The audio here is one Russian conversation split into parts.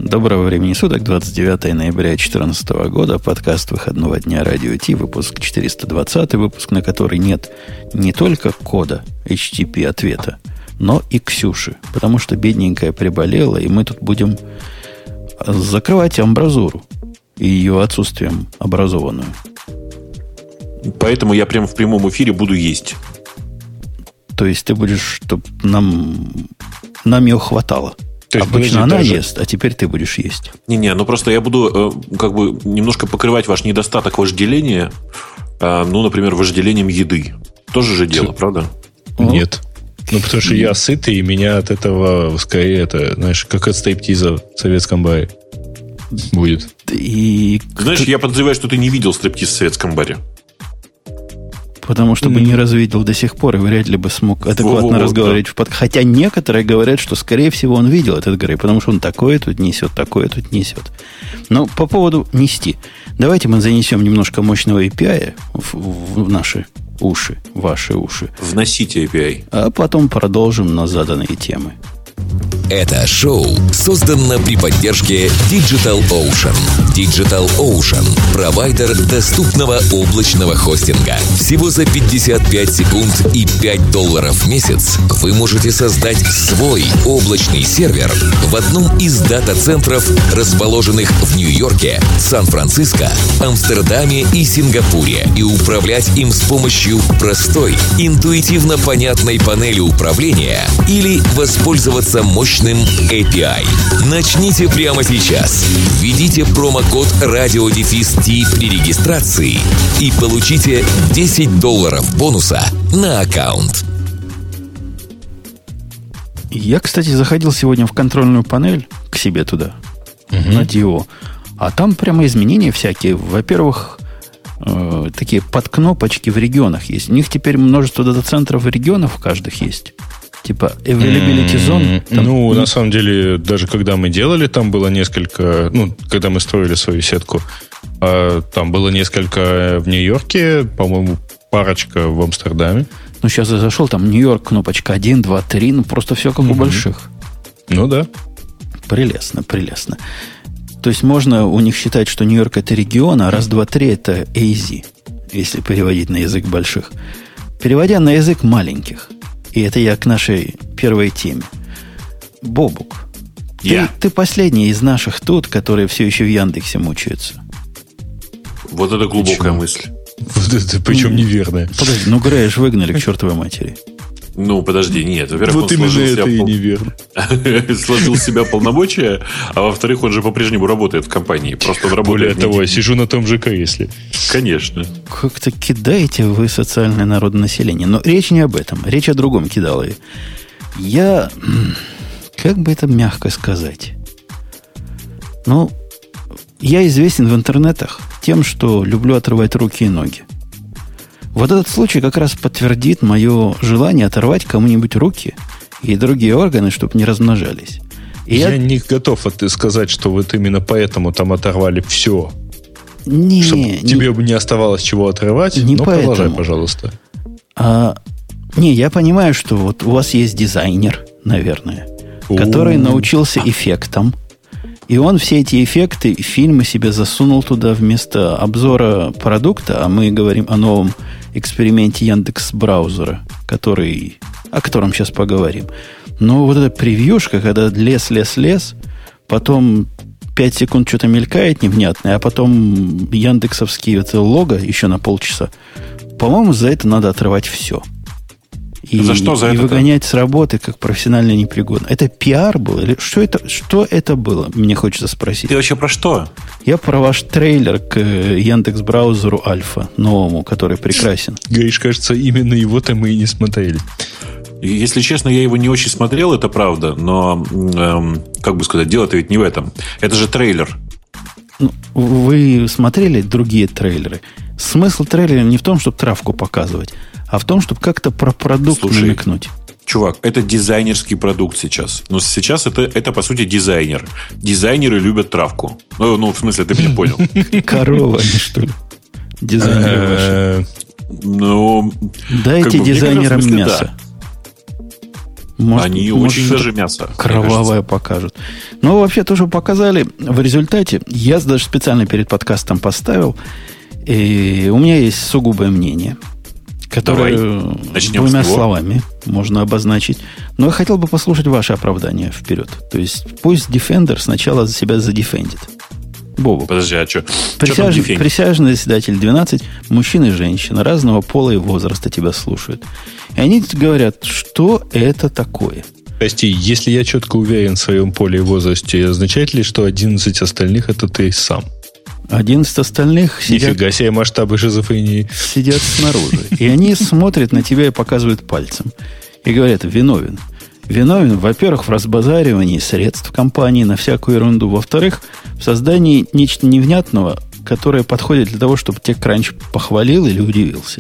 Доброго времени суток, 29 ноября 2014 года, подкаст выходного дня Радио Ти, выпуск 420, выпуск, на который нет не только кода HTTP ответа, но и Ксюши, потому что бедненькая приболела, и мы тут будем закрывать амбразуру и ее отсутствием образованную. Поэтому я прямо в прямом эфире буду есть. То есть ты будешь, чтобы нам ее хватало. Обычно она ест, а теперь ты будешь есть. Не-не, ну просто я буду как бы немножко покрывать ваш недостаток вожделения, например, вожделением еды. Тоже же дело, правда? Нет. Ну, потому что я сытый, и меня от этого скорее знаешь, как от стриптиза в советском баре будет. Знаешь, я подозреваю, что ты не видел стриптиз в советском баре. Потому что бы не развидел до сих пор и вряд ли бы смог адекватно разговаривать в подкасте. Хотя некоторые говорят, что, скорее всего, он видел этот Грей, потому что он такое тут несет. Но по поводу нести. Давайте мы занесем немножко мощного API в наши уши, ваши уши. Вносите API. А потом продолжим на заданные темы. Это шоу создано при поддержке DigitalOcean. DigitalOcean – провайдер доступного облачного хостинга. Всего за 55 секунд и $5 в месяц вы можете создать свой облачный сервер в одном из дата-центров, расположенных в Нью-Йорке, Сан-Франциско, Амстердаме и Сингапуре, и управлять им с помощью простой, интуитивно понятной панели управления или воспользоваться мощным API. Начните прямо сейчас. Введите промокод RadioDefist при регистрации и получите $10 бонуса на аккаунт. Я, кстати, заходил сегодня в контрольную панель к себе туда, на DO. А там прямо изменения всякие. Во-первых, такие подкнопочки в регионах есть. У них теперь множество дата-центров в регионах в каждых есть. Типа availability zone. Там, на самом деле, даже когда мы делали, там было несколько... когда мы строили свою сетку, там было несколько в Нью-Йорке, по-моему, парочка в Амстердаме. Сейчас я зашел, там Нью-Йорк, кнопочка 1, 2, 3, просто все как у больших. Ну да. Прелестно. То есть можно у них считать, что Нью-Йорк это регион, а раз, два, три это AZ, если переводить на язык больших. Переводя на язык маленьких. И это я к нашей первой теме. Бобук, ты последний из наших тут, которые все еще в Яндексе мучаются. Вот это глубокая мысль. Вот это причем неверная. Подожди, Грея выгнали к чертовой матери. Подожди, нет. Во-первых, вот именно это и неверно. Сложил с себя полномочия, а во-вторых, он же по-прежнему работает в компании. Просто он работает. Более того, я сижу на том же кресле. Конечно. Как-то кидаете вы социальное народное население. Но речь не об этом. Речь о другом кидалове. Я... Как бы это мягко сказать? Я известен в интернетах тем, что люблю отрывать руки и ноги. Вот этот случай как раз подтвердит мое желание оторвать кому-нибудь руки и другие органы, чтобы не размножались. Я не готов сказать, что вот именно поэтому там оторвали все. Тебе бы не оставалось чего отрывать, но продолжай, пожалуйста. Я понимаю, что вот у вас есть дизайнер, наверное, который научился эффектам. И он все эти эффекты, фильмы себе засунул туда вместо обзора продукта, а мы говорим о новом эксперименте Яндекс.Браузера, о котором сейчас поговорим. Но вот эта превьюшка, когда лес, потом 5 секунд что-то мелькает невнятное, а потом яндексовские это лого еще на полчаса. По-моему, за это надо отрывать все. И выгонять с работы как профессионально непригодно. Это пиар был? Или что это было? Мне хочется спросить. Ты вообще про что? Я про ваш трейлер к Яндекс.Браузеру Альфа новому, который прекрасен. Гриш, кажется, именно его-то мы и не смотрели. Если честно, я его не очень смотрел, это правда. Но, дело-то ведь не в этом. Это же трейлер. Вы смотрели другие трейлеры? Смысл трейлера не в том, чтобы травку показывать, а в том, чтобы как-то про продукт намекнуть. Чувак, это дизайнерский продукт сейчас. Но сейчас это по сути, дизайнер. Дизайнеры любят травку. В смысле, ты меня понял. Корова, что ли? Дизайнеры ваши. Ну, дайте дизайнерам мясо. Может, они очень даже мясо. Кровавое покажут. Но вообще тоже показали. В результате, я даже специально перед подкастом поставил, и у меня есть сугубое мнение, которое двумя словами можно обозначить. Но я хотел бы послушать ваше оправдание вперед. То есть пусть Defender сначала за себя задефендит. Бобу. Подожди, а что? Присяжный заседатель 12, мужчины и женщины разного пола и возраста тебя слушают. И они говорят, что это такое? Прости, если я четко уверен в своем поле и возрасте, означает ли, что 11 остальных это ты сам? 11 остальных сидят... Нифига себе масштабы шизофрении. Сидят снаружи. И они смотрят на тебя и показывают пальцем. И говорят, виновен. Виновен, во-первых, в разбазаривании средств компании на всякую ерунду. Во-вторых, в создании нечто невнятного, которое подходит для того, чтобы TechCrunch похвалил или удивился.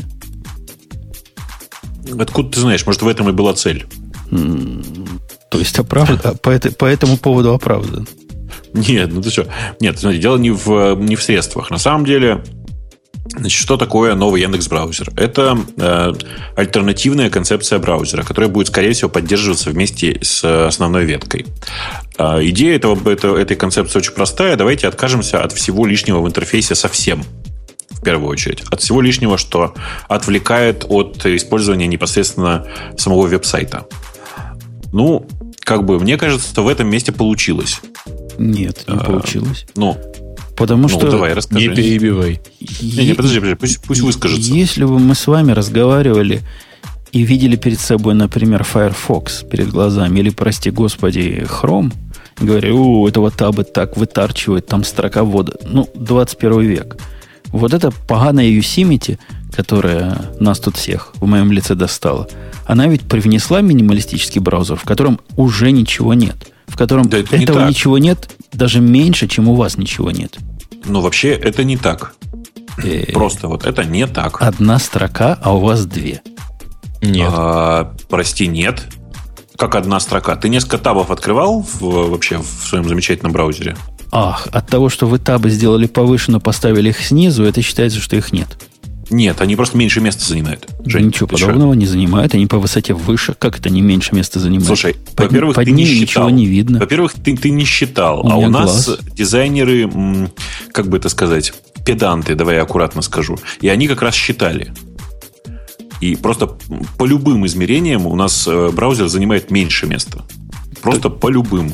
Откуда ты знаешь? Может, в этом и была цель? То есть по этому поводу оправдан. Нет, ну ты что? Нет, смотри, дело не в средствах. На самом деле, значит, что такое новый Яндекс.Браузер? Это альтернативная концепция браузера, которая будет, скорее всего, поддерживаться вместе с основной веткой. Идея этой концепции очень простая. Давайте откажемся от всего лишнего в интерфейсе совсем. В первую очередь. От всего лишнего, что отвлекает от использования непосредственно самого веб-сайта. Ну, как бы, мне кажется, в этом месте получилось. Нет, не получилось. Ну, потому что... Давай, расскажи. Не перебивай. Не, подожди, пусть выскажется. Если бы мы с вами разговаривали и видели перед собой, например, Firefox перед глазами, или, прости господи, Chrome, и говорили, этого таба так вытарчивает, там строка ввода. 21 век. Вот эта поганая Yosemite, которая нас тут всех в моем лице достала, она ведь привнесла минималистический браузер, в котором уже ничего нет. В котором этого ничего нет даже меньше, чем у вас ничего нет. Ну, вообще, это не так. Просто вот это не так. Одна строка, а у вас две. Нет. Прости, нет. Как одна строка? Ты несколько табов открывал вообще в своем замечательном браузере? Ах, от того, что вы табы сделали повыше, но поставили их снизу, это считается, что их нет. Нет, они просто меньше места занимают. Жень, ничего подобного не занимают, они по высоте выше. Как это не меньше места занимают? Слушай, во-первых, ты не считал. Ничего не видно. Во-первых, ты не считал. У нас дизайнеры, как бы это сказать, педанты, давай я аккуратно скажу. И они как раз считали. И просто по любым измерениям у нас браузер занимает меньше места. Просто по любым.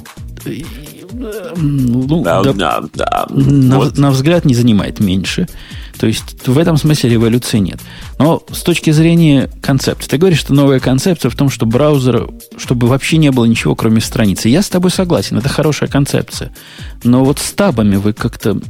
На взгляд не занимает меньше. То есть в этом смысле революции нет. Но с точки зрения концепции. Ты говоришь, что новая концепция в том, что браузер, чтобы вообще не было ничего, кроме страницы. Я с тобой согласен, это хорошая концепция. Но вот с табами вы как-то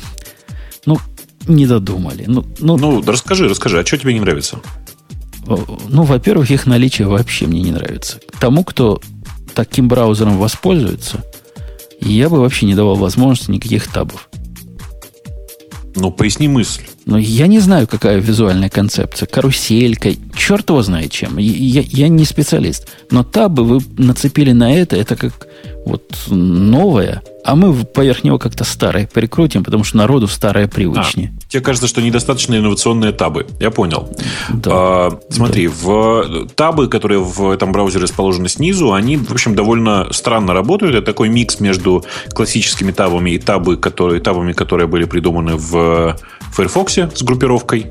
не додумали. Расскажи, а что тебе не нравится? Во-первых, их наличие вообще мне не нравится. Тому, кто таким браузером воспользуется, я бы вообще не давал возможности никаких табов. Поясни мысль. Я не знаю, какая визуальная концепция. Каруселька, черт его знает чем. Я не специалист. Но табы вы нацепили на это как вот новое, а мы поверх него как-то старое прикрутим, потому что народу старое привычнее. Тебе кажется, что недостаточно инновационные табы. Я понял. Да. Смотри, в табы, которые в этом браузере расположены снизу, они, в общем, довольно странно работают. Это такой микс между классическими табами и табами, которые были придуманы в Firefox с группировкой.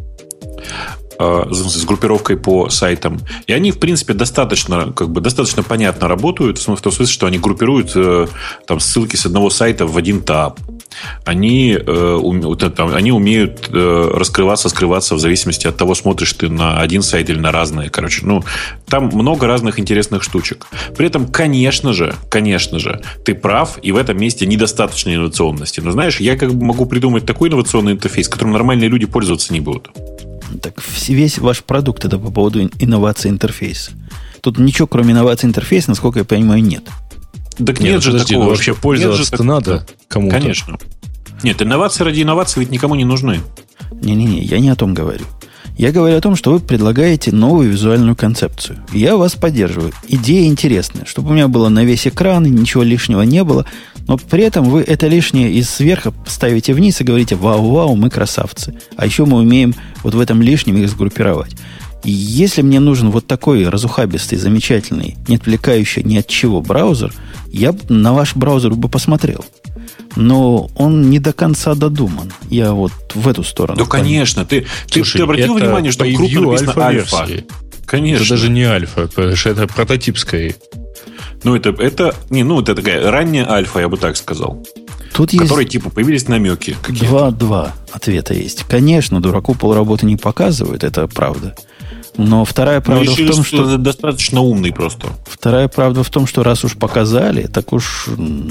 С группировкой по сайтам. И они, в принципе, достаточно понятно работают, в том смысле, что они группируют там ссылки с одного сайта в один таб. Они умеют раскрываться, скрываться в зависимости от того, смотришь ты на один сайт или на разные. Короче, там много разных интересных штучек. При этом, конечно же, ты прав, и в этом месте недостаточно инновационности. Но знаешь, я могу придумать такой инновационный интерфейс, которым нормальные люди пользоваться не будут. Так весь ваш продукт это по поводу инновации интерфейса. Тут ничего, кроме инновации интерфейса, насколько я понимаю, нет. Так нет же такого. Вообще пользоваться надо кому-то. Конечно. Нет, инновации ради инноваций ведь никому не нужны. Не-не-не, я не о том говорю. Я говорю о том, что вы предлагаете новую визуальную концепцию. Я вас поддерживаю. Идея интересная. Чтобы у меня было на весь экран, и ничего лишнего не было. Но при этом вы это лишнее из сверху ставите вниз и говорите: вау-вау, мы красавцы. А еще мы умеем вот в этом лишнем их сгруппировать. И если мне нужен вот такой разухабистый, замечательный, не отвлекающий ни от чего браузер, я на ваш браузер бы посмотрел. Но он не до конца додуман. Я вот в эту сторону. Да, конечно. Ты обратил внимание, что крупно написано альфа? Конечно. Это даже не альфа, потому что это прототип скорее. Ну, это такая ранняя альфа, я бы так сказал. Тут в которой, типа, появились намеки какие-то. Два ответа есть. Конечно, дураку полработы не показывают, это правда. Но вторая правда решили, в том, что... ты достаточно умный просто. Вторая правда в том, что раз уж показали, так уж,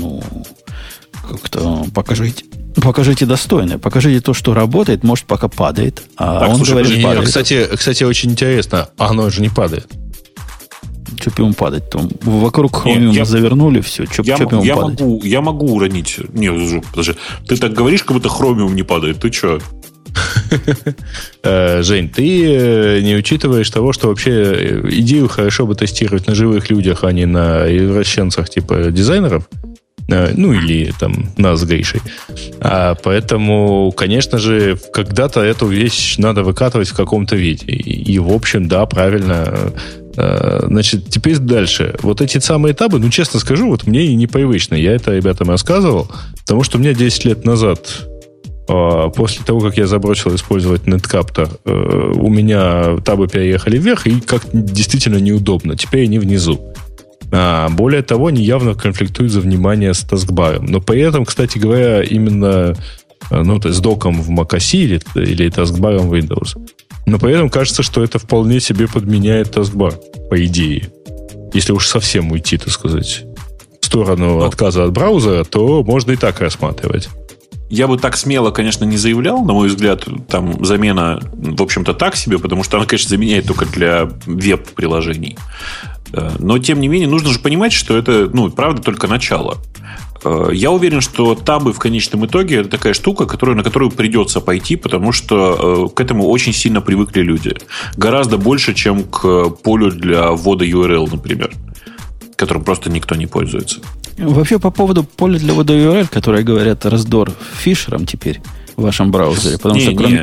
как-то покажите достойное. Покажите то, что работает, может, пока падает. А так, он говорит, падает. Кстати, очень интересно, оно же не падает. Что ему падать-то? Вокруг Chromium завернули все. Что ему падать? Я могу уронить. Не, подожди. Ты так говоришь, как будто Chromium не падает. Ты что? Жень, ты не учитываешь того, что вообще идею хорошо бы тестировать на живых людях, а не на извращенцах типа дизайнеров. Ну, или там нас с Гришей. Поэтому, конечно же, когда-то эту вещь надо выкатывать в каком-то виде. И в общем, да, правильно. Значит, теперь дальше. Вот эти самые табы, честно скажу, вот мне и непривычно. Я это ребятам рассказывал, потому что у меня 10 лет назад, после того, как я забросил использовать Netcaptor, у меня табы переехали вверх, и как действительно неудобно. Теперь они внизу. Более того, они явно конфликтуют за внимание с таскбаром. Но при этом, кстати говоря, именно с доком в macOS или таскбаром в Windows. Но при этом кажется, что это вполне себе подменяет таскбар, по идее. Если уж совсем уйти, так сказать, в сторону отказа от браузера, то можно и так рассматривать. Я бы так смело, конечно, не заявлял. На мой взгляд, там замена, в общем-то, так себе, потому что она, конечно, заменяет только для веб-приложений. Но, тем не менее, нужно же понимать, что это, правда, только начало. Я уверен, что табы в конечном итоге это такая штука, на которую придется пойти, потому что к этому очень сильно привыкли люди. Гораздо больше, чем к полю для ввода URL, например, которым просто никто не пользуется. Вообще, по поводу поля для ввода URL, которое, говорят, раздор фишером теперь в вашем браузере, потому что кроме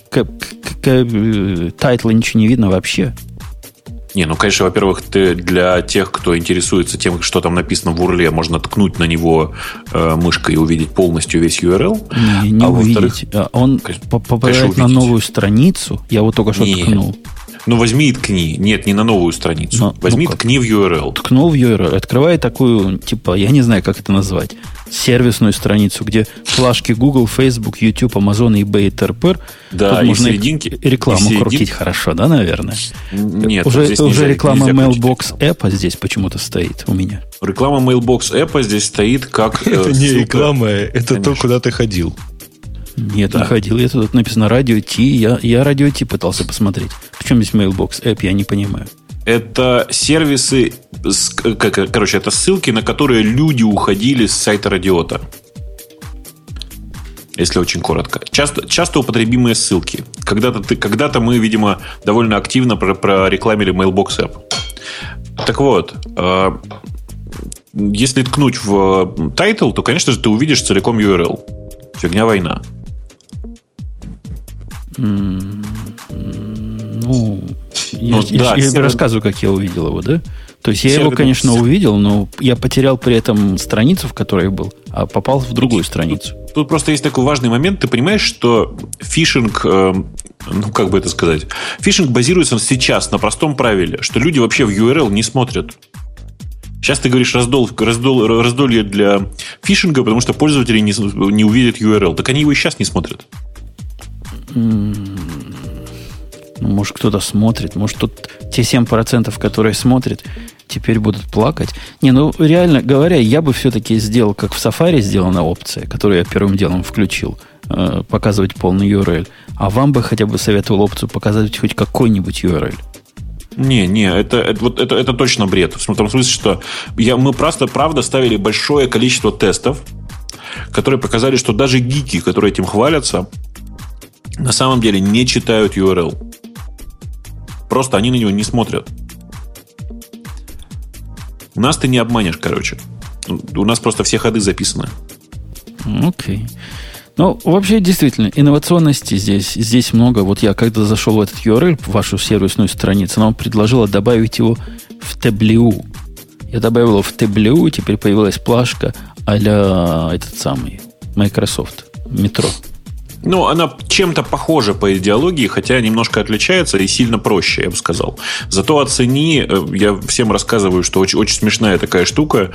тайтла ничего не видно вообще. Конечно, во-первых, для тех, кто интересуется тем, что там написано в URL, можно ткнуть на него мышкой и увидеть полностью весь URL. Не увидеть. Он попадает на новую страницу. Я вот только что ткнул. Возьми и ткни. Нет, не на новую страницу. Возьми и ткни в URL. Ткнул в URL. Открывай такую, я не знаю, как это назвать, сервисную страницу, где флажки Google, Facebook, YouTube, Amazon, eBay, ТРП. Да, тут и можно рекламу крутить хорошо, да, наверное? Нет, уже реклама Mailbox App здесь почему-то стоит у меня. Реклама Mailbox App здесь стоит как... Это не реклама, это то, куда ты ходил. Нет, не ходил. Я тут написано радио T. Я радио T пытался посмотреть. В чем здесь Mailbox App, я не понимаю. Это сервисы, это ссылки, на которые люди уходили с сайта Радиота. Если очень коротко. Часто употребимые ссылки. Когда-то мы, видимо, довольно активно прорекламили Mailbox App. Так вот, если ткнуть в title, то, конечно же, ты увидишь целиком URL. Фигня война. Я рассказываю, как я увидел его, да? То есть я его, конечно, увидел, но я потерял при этом страницу, в которой был, а попал в другую страницу. Тут просто есть такой важный момент. Ты понимаешь, что фишинг, фишинг базируется сейчас на простом правиле, что люди вообще в URL не смотрят. Сейчас ты говоришь раздолье для фишинга, потому что пользователи не увидят URL. Так они его и сейчас не смотрят. Может, кто-то смотрит. Может, тут те 7%, которые смотрят, теперь будут плакать. Реально говоря, я бы все-таки сделал, как в Safari сделана опция, которую я первым делом включил, показывать полный URL. А вам бы хотя бы советовал опцию показывать хоть какой-нибудь URL. Это точно бред. В том смысле, что мы просто, правда, ставили большое количество тестов, которые показали, что даже гики, которые этим хвалятся, на самом деле не читают URL. Просто они на него не смотрят. Нас ты не обманешь, короче. У нас просто все ходы записаны. Окей. Ну, вообще, действительно, инновационности здесь много. Вот я, когда зашел в этот URL, в вашу сервисную страницу, она предложила добавить его в TableView. Я добавил его в TableView, и теперь появилась плашка а-ля этот самый Microsoft Metro. Ну, она чем-то похожа по идеологии, хотя немножко отличается и сильно проще, я бы сказал. Зато оцени, я всем рассказываю, что очень, очень смешная такая штука.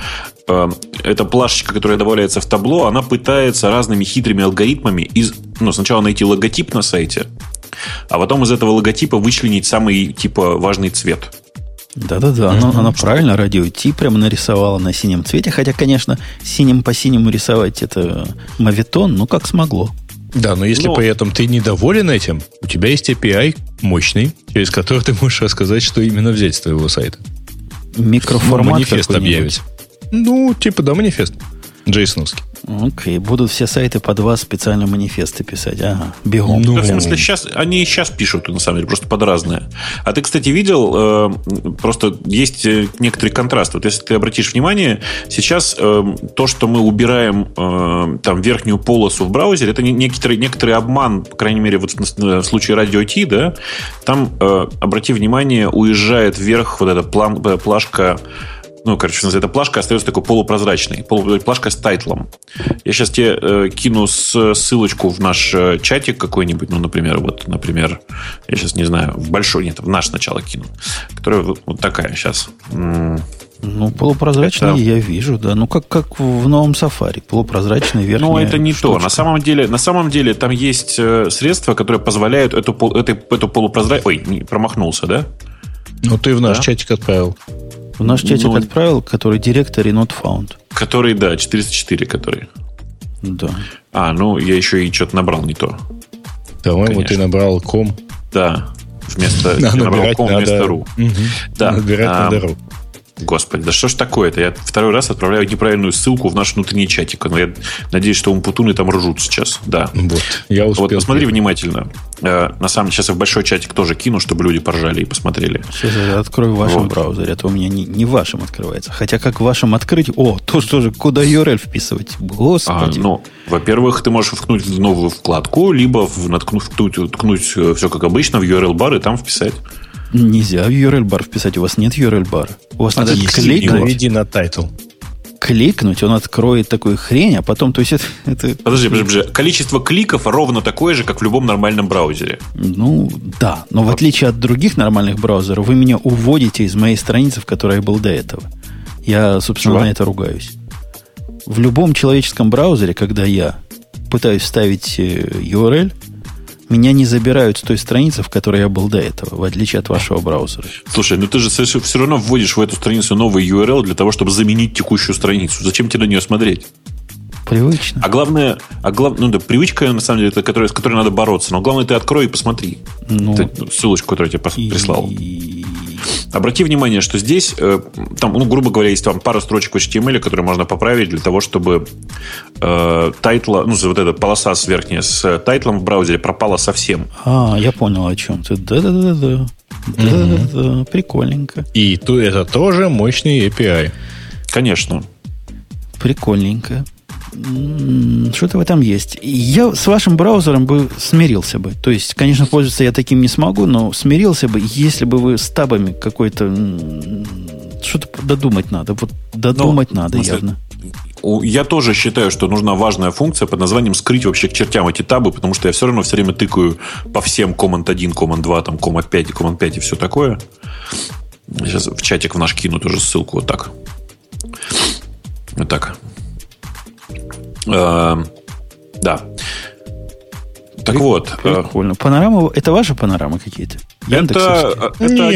Эта плашечка, которая добавляется в табло, она пытается разными хитрыми алгоритмами сначала найти логотип на сайте, а потом из этого логотипа вычленить самый важный цвет. Да-да-да, она правильно радио Ти прямо нарисовала на синем цвете, хотя, конечно, синим по синему рисовать это моветон, но как смогло. Да, но если при этом ты недоволен этим, у тебя есть API мощный, через который ты можешь рассказать, что именно взять с твоего сайта. Микроформат манифест объявить. Манифест. Джейсоновский. Окей, будут все сайты под вас специально манифесты писать. Ага, бегом. В смысле, они сейчас пишут, на самом деле, просто под разное. А ты, кстати, видел, просто есть некоторый контраст. Вот если ты обратишь внимание, сейчас то, что мы убираем там верхнюю полосу в браузере, это некоторый обман, по крайней мере, вот в случае Radio T, да, там, обрати внимание, уезжает вверх вот эта плашка. Эта плашка остается такой полупрозрачной. Плашка с тайтлом. Я сейчас тебе кину ссылочку в наш чатик какой-нибудь. Например, я сейчас не знаю, в наш сначала кину. Которая вот такая сейчас. Полупрозрачный я вижу, да. Как в новом Safari. Полупрозрачный верхний. Это не штучка. То. На самом деле там есть средства, которые позволяют эту полупрозрачность... Ой, промахнулся, да? Ты в наш чатик отправил. В наш чатик отправил, который directory not found. Который, да, 404, который. Да. Я еще и что-то набрал не то. По-моему, ты набрал ком. Да. Набрал ком вместо ру. Да. Набирать надо ру. Господи, да что ж такое-то? Я второй раз отправляю неправильную ссылку в наш внутренний чатик. Но я надеюсь, что умпутуны там ржут сейчас. Да. Я успел. Посмотри внимательно. На самом деле, сейчас я в большой чатик тоже кину, чтобы люди поржали и посмотрели. Сейчас я открою в вашем браузере. Это у меня не в вашем открывается. Хотя как в вашем открыть... тоже куда URL вписывать? Господи. Во-первых, ты можешь вткнуть в новую вкладку, либо ткнуть все как обычно в URL-бар и там вписать. Нельзя в URL-бар вписать. У вас нет URL-бара. У вас надо кликнуть. Наведи на тайтл. Кликнуть, он откроет такую хрень, а потом, то есть это... Подожди. Количество кликов ровно такое же, как в любом нормальном браузере. Да. Но в отличие от других нормальных браузеров, вы меня уводите из моей страницы, в которой я был до этого. Я, собственно, на это ругаюсь. В любом человеческом браузере, когда я пытаюсь вставить URL, меня не забирают с той страницы, в которой я был до этого, в отличие от вашего браузера. Слушай, ты же все равно вводишь в эту страницу новый URL для того, чтобы заменить текущую страницу. Зачем тебе на нее смотреть? Привычно. Привычка, на самом деле, с которой надо бороться. Но главное, ты открой и посмотри. Ссылочку, которую я тебе прислал. Обрати внимание, что здесь, там, грубо говоря, есть там пара строчек в HTML, которые можно поправить для того, чтобы тайтла, вот эта полоса верхняя с тайтлом в браузере пропала совсем. Я понял, о чем ты. Да. Прикольненько. И это тоже мощный API. Конечно. Прикольненько. Что-то в этом есть. Я с вашим браузером бы смирился бы. То есть, конечно, пользоваться я таким не смогу, но смирился бы, если бы вы с табами какой-то... Что-то додумать надо. Додумать надо явно. Я тоже считаю, что нужна важная функция под названием скрыть вообще к чертям эти табы, потому что я все равно все время тыкаю по всем Command 1, Command 2, там, Command 5 и Command 5 и все такое. Сейчас в чатик в наш кину тоже ссылку вот так. Вот так. Да. Так вот. Прикольно. Панорама, это ваши панорамы какие-то? Нет, это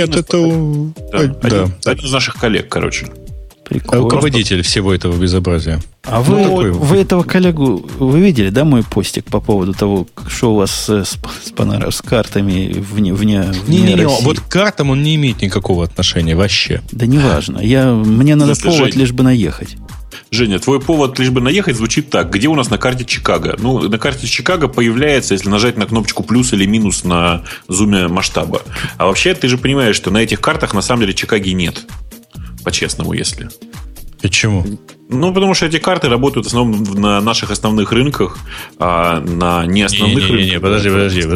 один из наших коллег, короче. Прикольно. Руководитель всего этого безобразия. А вы этого коллегу, вы видели, да, мой постик по поводу того, что у вас с картами вне России? Вот к картам он не имеет никакого отношения вообще. Да неважно. Мне надо повод лишь бы наехать. Женя, твой повод лишь бы наехать звучит так. Где у нас на карте Чикаго? На карте Чикаго появляется, если нажать на кнопочку плюс или минус на зуме масштаба. А вообще, ты же понимаешь, что на этих картах на самом деле Чикаго нет. По-честному, если. Почему? Ну, потому что эти карты работают в основном на наших основных рынках, а на неосновных рынках. Не, подожди.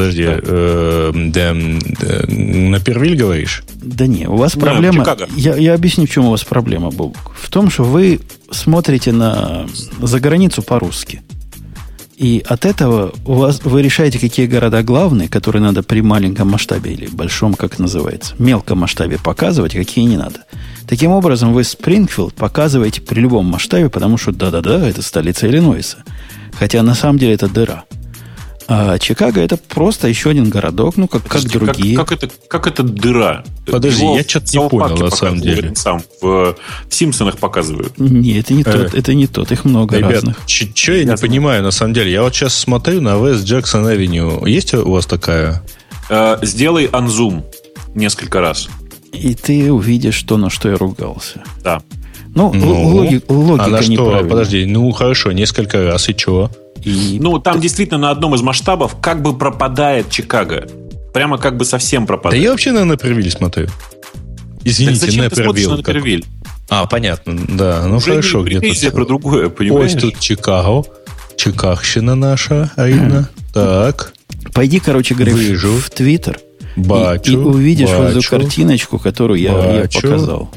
На Первиль говоришь? Да не, у вас проблема... Я объясню, в чем у вас проблема, Бобук. В том, что вы смотрите за границу по-русски. И от этого вы решаете, какие города главные, которые надо при маленьком масштабе или большом, как называется, мелком масштабе показывать, какие не надо. Таким образом, вы Спрингфилд показываете при любом масштабе, потому что да-да-да, это столица Иллинойса. Хотя на самом деле это дыра. А Чикаго это просто еще один городок, ну, как другие. Как это дыра? Подожди, я что-то не понял, на самом деле. Сам в «Симпсонах» показывают. Нет, это не тот, их много разных. Что я не понимаю, на самом деле? Я вот сейчас смотрю на West Jackson Avenue. Есть у вас такая? Сделай анзум несколько раз. И ты увидишь то, на что я ругался. Да. Логика неправильная. Подожди, хорошо, несколько раз, и чего? Там действительно на одном из масштабов как бы пропадает Чикаго. Прямо как бы совсем пропадает. Да я вообще на Первиль смотрю. Извините, так зачем ты смотришь на Первиль? Понятно, да. Ну, хорошо, где-то. Про другое, понимаешь? Ось тут Чикаго. Чикагщина наша, Арина. Так. Пойди, короче говоря, в Твиттер. И увидишь вот эту картиночку, которую я показал.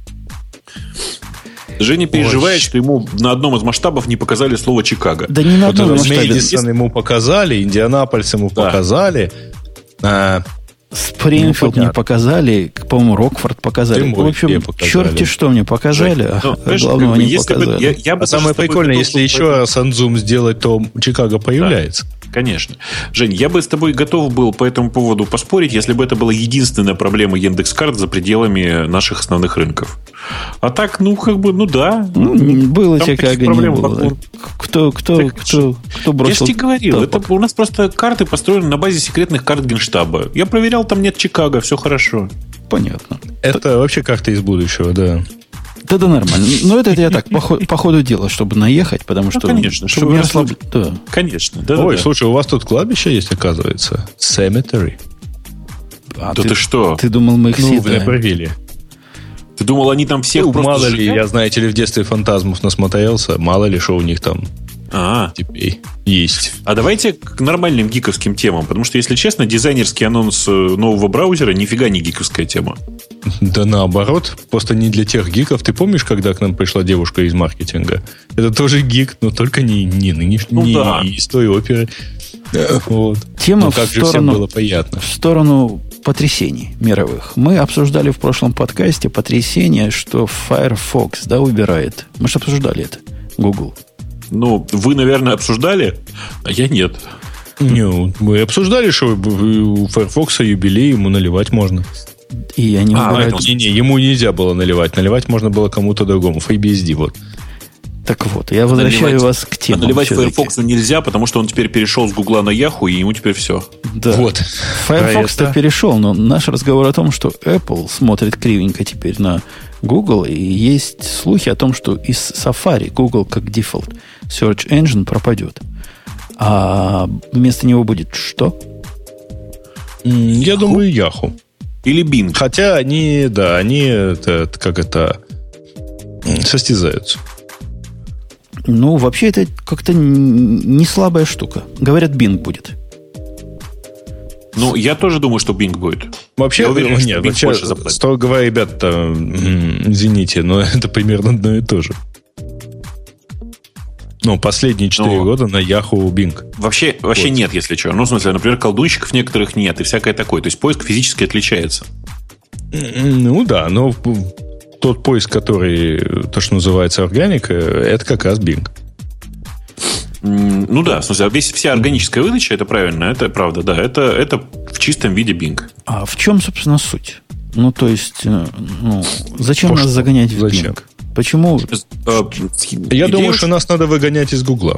Женя переживает, что ему на одном из масштабов не показали слово Чикаго. Да не на одном масштабе. Мэдисон ему показали, Индианаполис ему показали. Спрингфилд мне показали, по-моему, Рокфорд показали. В общем, черти что мне показали, главного не показали. Самое прикольное, если еще раз анзум сделать, то Чикаго появляется. Конечно. Жень, я бы с тобой готов был по этому поводу поспорить, если бы это была единственная проблема Яндекс.Карт за пределами наших основных рынков. А так, да. Было Чикаго, не было. Кто бросил? Я же тебе говорил, у нас просто карты построены на базе секретных карт Генштаба. Я проверял, там нет Чикаго, все хорошо. Понятно. Это вообще карта из будущего, да. Да нормально. Но это я так, по ходу дела, чтобы наехать, потому что... конечно. Чтобы не расслабить. Да. Конечно. Ой, слушай, у вас тут кладбище есть, оказывается? Cemetery. Да ты что? Ты думал, мы их все... в Неправиле. Ты думал, они там всех просто... Мало ли, я, знаете ли, в детстве фантазмов насмотрелся. Мало ли, что у них там... теперь есть. А давайте к нормальным гиковским темам. Потому что, если честно, дизайнерский анонс нового браузера нифига не гиковская тема. Да наоборот, просто не для тех гиков. Ты помнишь, когда к нам пришла девушка из маркетинга? Это тоже гик, но только не нынешний, не из той оперы. Вот. Тема как же всем было приятно. В сторону потрясений мировых. Мы обсуждали в прошлом подкасте потрясение, что Firefox убирает. Мы же обсуждали это. Google. Вы, наверное, обсуждали, а я нет. Мы обсуждали, что у Firefox юбилей, ему наливать можно. И они ему нельзя было наливать. Наливать можно было кому-то другому. FreeBSD, вот. Так вот, я возвращаю вас к теме. Наливать Firefox нельзя, потому что он теперь перешел с Гугла на Yahoo, и ему теперь все. Да. Вот. Firefox-то перешел, но наш разговор о том, что Apple смотрит кривенько теперь на Google, и есть слухи о том, что из Safari Google как дефолт Search Engine пропадет. А вместо него будет что? Я думаю, Yahoo. Или Bing. Хотя они состязаются. Вообще это как-то не слабая штука. Говорят, Bing будет. Я тоже думаю, что Bing будет. Вообще, я уверен, что Bing больше заплатит. Строго говоря, ребята, извините, но это примерно одно и то же. Последние 4 года на Yahoo Bing. Вообще нет, если что. В смысле, например, колдунщиков некоторых нет и всякое такое. То есть поиск физически отличается. Да, но тот поиск, который, то, что называется органика, это как раз Bing. Да, в смысле, вся органическая выдача, это правильно, это правда, да, это в чистом виде Bing. А в чем, собственно, суть? То есть, зачем нас загонять в Bing? Почему? Я думаю, что нас надо выгонять из Гугла.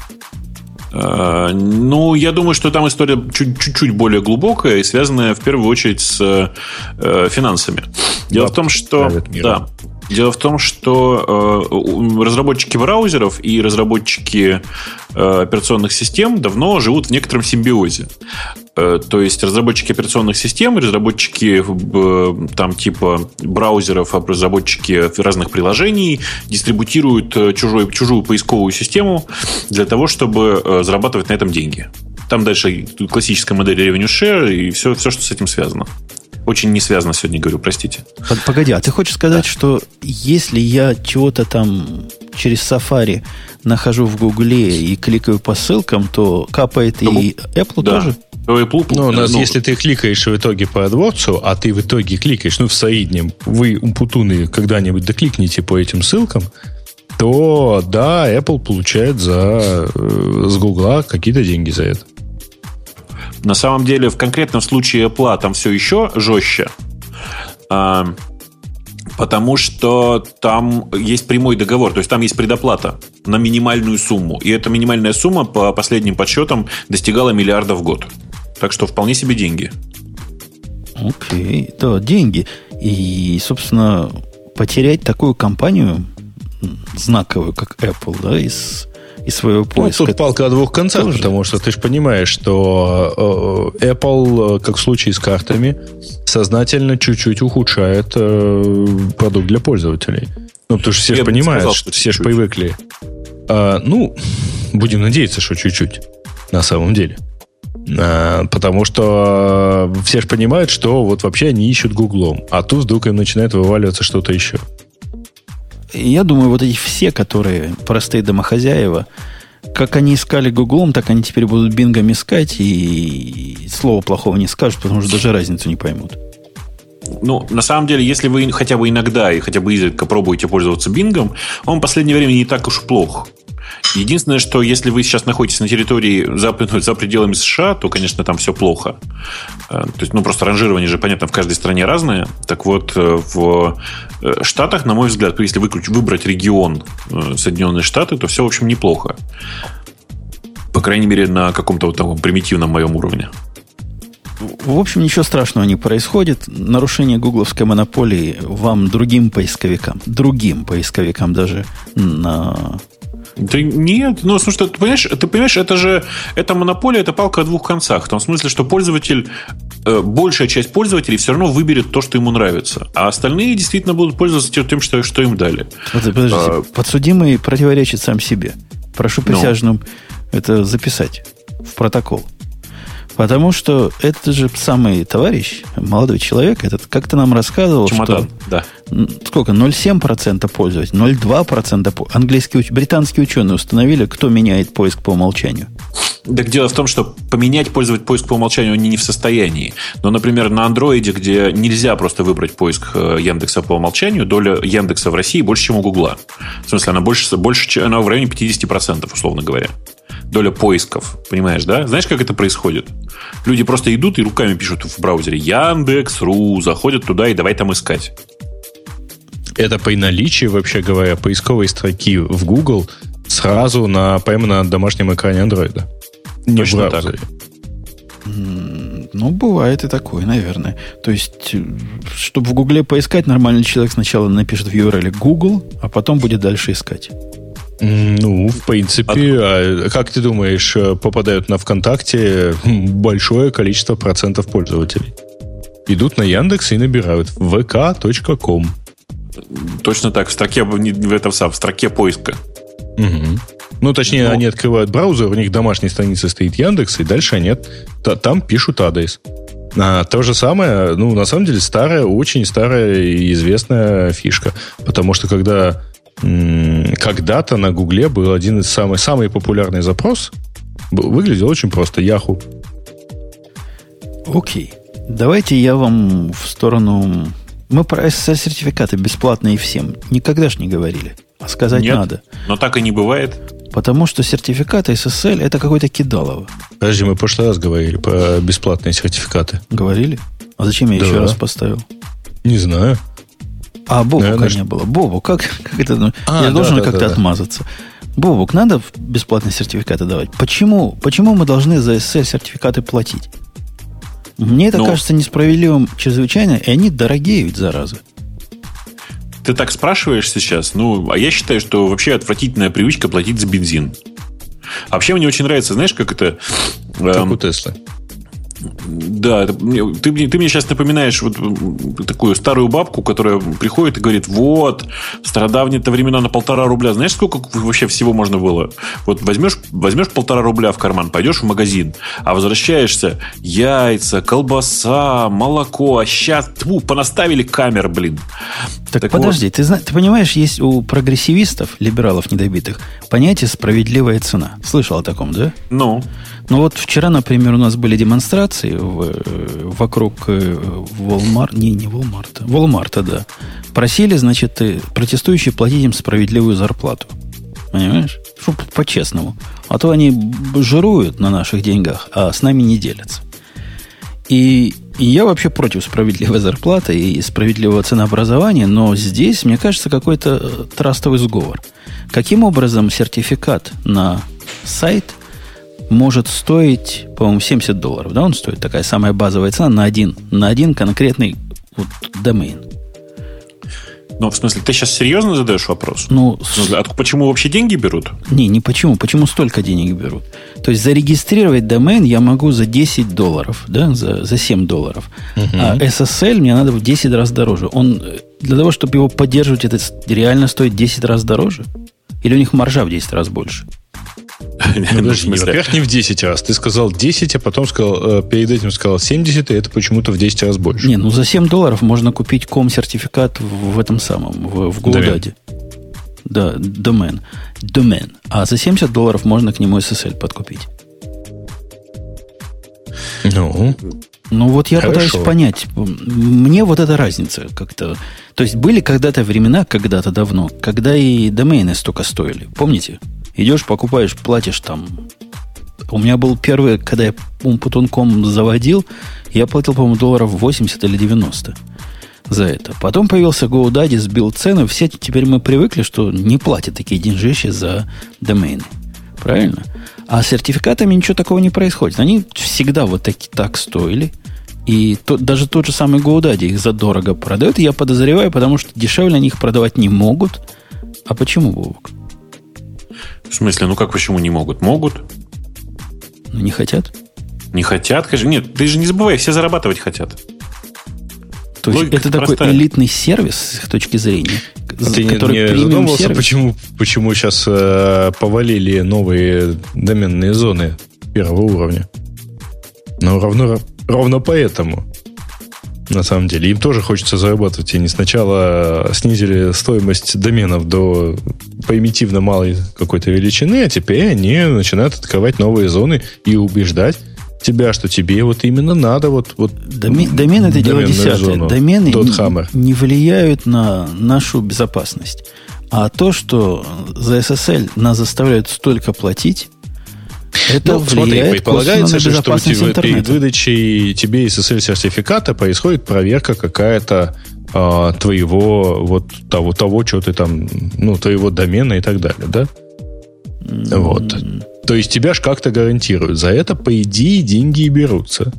Я думаю, что там история чуть-чуть более глубокая и связанная в первую очередь с финансами. Дело в том, что Дело в том, что разработчики браузеров и разработчики операционных систем давно живут в некотором симбиозе. То есть разработчики операционных систем, разработчики там типа браузеров, разработчики разных приложений дистрибутируют чужую поисковую систему для того, чтобы зарабатывать на этом деньги. Там дальше классическая модель revenue share и все, что с этим связано. Очень не связано сегодня, говорю, простите. Погоди, а ты хочешь сказать, что если я чего-то там через Safari нахожу в Гугле и кликаю по ссылкам, то капает и Apple тоже? Ну, у нас, если ты кликаешь в итоге по AdWords, а ты в итоге кликаешь, в среднем, вы, умпутуны, когда-нибудь докликните по этим ссылкам, то, да, Apple получает с Гугла какие-то деньги за это. На самом деле, в конкретном случае Apple там все еще жестче, потому что там есть прямой договор, то есть там есть предоплата на минимальную сумму. И эта минимальная сумма, по последним подсчетам, достигала миллиарда в год. Так что вполне себе деньги. Окей, да, деньги. И, собственно, потерять такую компанию знаковую, как Apple, да, из своего поиска. Тут палка о двух концах, тоже. Потому что ты же понимаешь, что Apple, как в случае с картами, сознательно чуть-чуть ухудшает продукт для пользователей. Потому что все же понимают, что все же привыкли. Будем надеяться, что чуть-чуть, на самом деле. Потому что все же понимают, что вот вообще они ищут Гуглом, а тут вдруг им начинает вываливаться что-то еще. Я думаю, вот эти все, которые простые домохозяева, как они искали Гуглом, так они теперь будут Бингом искать и слова плохого не скажут, потому что даже разницу не поймут. На самом деле, если вы хотя бы иногда и хотя бы изредка пробуете пользоваться Бингом, он в последнее время не так уж плох. Единственное, что если вы сейчас находитесь на территории за пределами США, то, конечно, там все плохо. То есть, просто ранжирование же, понятно, в каждой стране разное. Так вот, в Штатах, на мой взгляд, если выбрать регион Соединенные Штаты, то все, в общем, неплохо. По крайней мере, на каком-то вот таком примитивном моем уровне. В общем, ничего страшного не происходит. Нарушение гугловской монополии вам другим поисковикам даже на... Да нет, слушай, ты понимаешь, это монополия, это палка о двух концах. В том смысле, что большая часть пользователей все равно выберет то, что ему нравится. А остальные действительно будут пользоваться тем, что им дали. Подождите, подсудимый противоречит сам себе. Прошу присяжным это записать в протокол. Потому что этот же самый товарищ, молодой человек, этот как-то нам рассказывал, Чемодан, что... Да. Сколько? 0,7% пользователей, 0,2%. Британские ученые установили, кто меняет поиск по умолчанию. Так дело в том, что поменять поиск по умолчанию они не в состоянии. Но, например, на Андроиде, где нельзя просто выбрать поиск Яндекса по умолчанию, доля Яндекса в России больше, чем у Гугла. В смысле, она в районе 50%, условно говоря. Доля поисков, понимаешь, да? Знаешь, как это происходит? Люди просто идут и руками пишут в браузере Яндекс.ру, заходят туда и давай там искать. Это при наличии, вообще говоря, поисковой строки в Google сразу прямо на домашнем экране Андроида. Не в браузере. Бывает и такое, наверное. То есть, чтобы в Гугле поискать, нормальный человек сначала напишет в URL Google, а потом будет дальше искать. В принципе, как ты думаешь, попадают на ВКонтакте большое количество процентов пользователей? Идут на Яндекс и набирают vk.com. Точно так, в строке поиска. Угу. Точнее, они открывают браузер, у них домашней странице стоит Яндекс, и дальше там пишут адрес. То же самое, на самом деле, очень старая и известная фишка. Потому что когда-то на Гугле был один из самый популярный запрос, выглядел очень просто, Yahoo. Окей. Давайте я вам в сторону... Мы про SSL-сертификаты бесплатные всем никогда ж не говорили. А сказать Нет, надо. Но так и не бывает. Потому что сертификаты SSL это какое-то кидалово. Подожди, мы в прошлый раз говорили про бесплатные сертификаты. Говорили? А зачем я еще раз поставил? Не знаю. Бобука не было. Бобук, как это? Я должен как-то отмазаться. Бобук, надо бесплатные сертификаты давать? Почему мы должны за SSL-сертификаты платить? Мне это кажется несправедливым чрезвычайно, и они дорогие ведь, зараза. ты так спрашиваешь сейчас, а я считаю, что вообще отвратительная привычка платить за бензин. А вообще мне очень нравится, знаешь, как это... Как у Теслы. Да, ты мне сейчас напоминаешь вот такую старую бабку, которая приходит и говорит: вот, в стародавние-то времена на 1,5 рубля. Знаешь, сколько вообще всего можно было? Вот возьмешь 1,5 рубля в карман, пойдешь в магазин, а возвращаешься, яйца, колбаса, молоко, а сейчас понаставили камер, блин. Так подожди, вот. Ты понимаешь, есть у прогрессивистов, либералов недобитых, понятие «справедливая цена». Слышал о таком, да? Ну вот вчера, например, у нас были демонстрации вокруг Walmart, да. Просили, значит, протестующие платить им справедливую зарплату. Понимаешь? Чтобы по-честному. А то они жируют на наших деньгах, а с нами не делятся. И я вообще против справедливой зарплаты и справедливого ценообразования, но здесь, мне кажется, какой-то трастовый сговор. Каким образом сертификат на сайт может стоить, по-моему, $70, да, он стоит, такая самая базовая цена на один конкретный вот домен. Ну, в смысле, ты сейчас серьезно задаешь вопрос? Почему вообще деньги берут? Не почему. Почему столько денег берут? То есть зарегистрировать домен я могу за $10, да, за $7. А SSL мне надо в 10 раз дороже. Он для того, чтобы его поддерживать, это реально стоит 10 раз дороже? Или у них маржа в 10 раз больше? Во-первых, не в 10 раз. Ты сказал 10, а потом перед этим сказал 70, и это почему-то в 10 раз больше. За $7 можно купить ком-сертификат в этом самом, в GoDaddy. Да, домен. А за $70 можно к нему SSL подкупить. Вот я пытаюсь понять. Мне вот эта разница как-то... То есть были когда-то времена, когда-то давно, когда и домены столько стоили. Помните? Идешь, покупаешь, платишь там. У меня был первый, когда я Умпутун.ком заводил, я платил, по-моему, $80 или 90 за это. Потом появился GoDaddy, сбил цену. Все теперь мы привыкли, что не платят такие деньжищи за домены. Правильно? А с сертификатами ничего такого не происходит. Они всегда вот так стоили. И даже тот же самый GoDaddy их задорого продает. И я подозреваю, потому что дешевле они их продавать не могут. А почему, Вовок? В смысле, как почему не могут? Могут. Не хотят? Не хотят? Нет, ты же не забывай, все зарабатывать хотят. То есть это такой элитный сервис с их точки зрения, который не задумывался, почему сейчас повалили новые доменные зоны первого уровня? Ровно поэтому. На самом деле. Им тоже хочется зарабатывать. И не сначала снизили стоимость доменов до примитивно малой какой-то величины, а теперь они начинают открывать новые зоны и убеждать тебя, что тебе вот именно надо домен это дело десятое. Домены не влияют на нашу безопасность. А то, что за SSL нас заставляют столько платить, это влияет, предполагается же, что перед выдачей тебе SSL-сертификата происходит проверка какая-то твоего того, что ты там, твоего домена и так далее, да? Вот. То есть тебя ж как-то гарантируют. За это, по идее, деньги и берутся.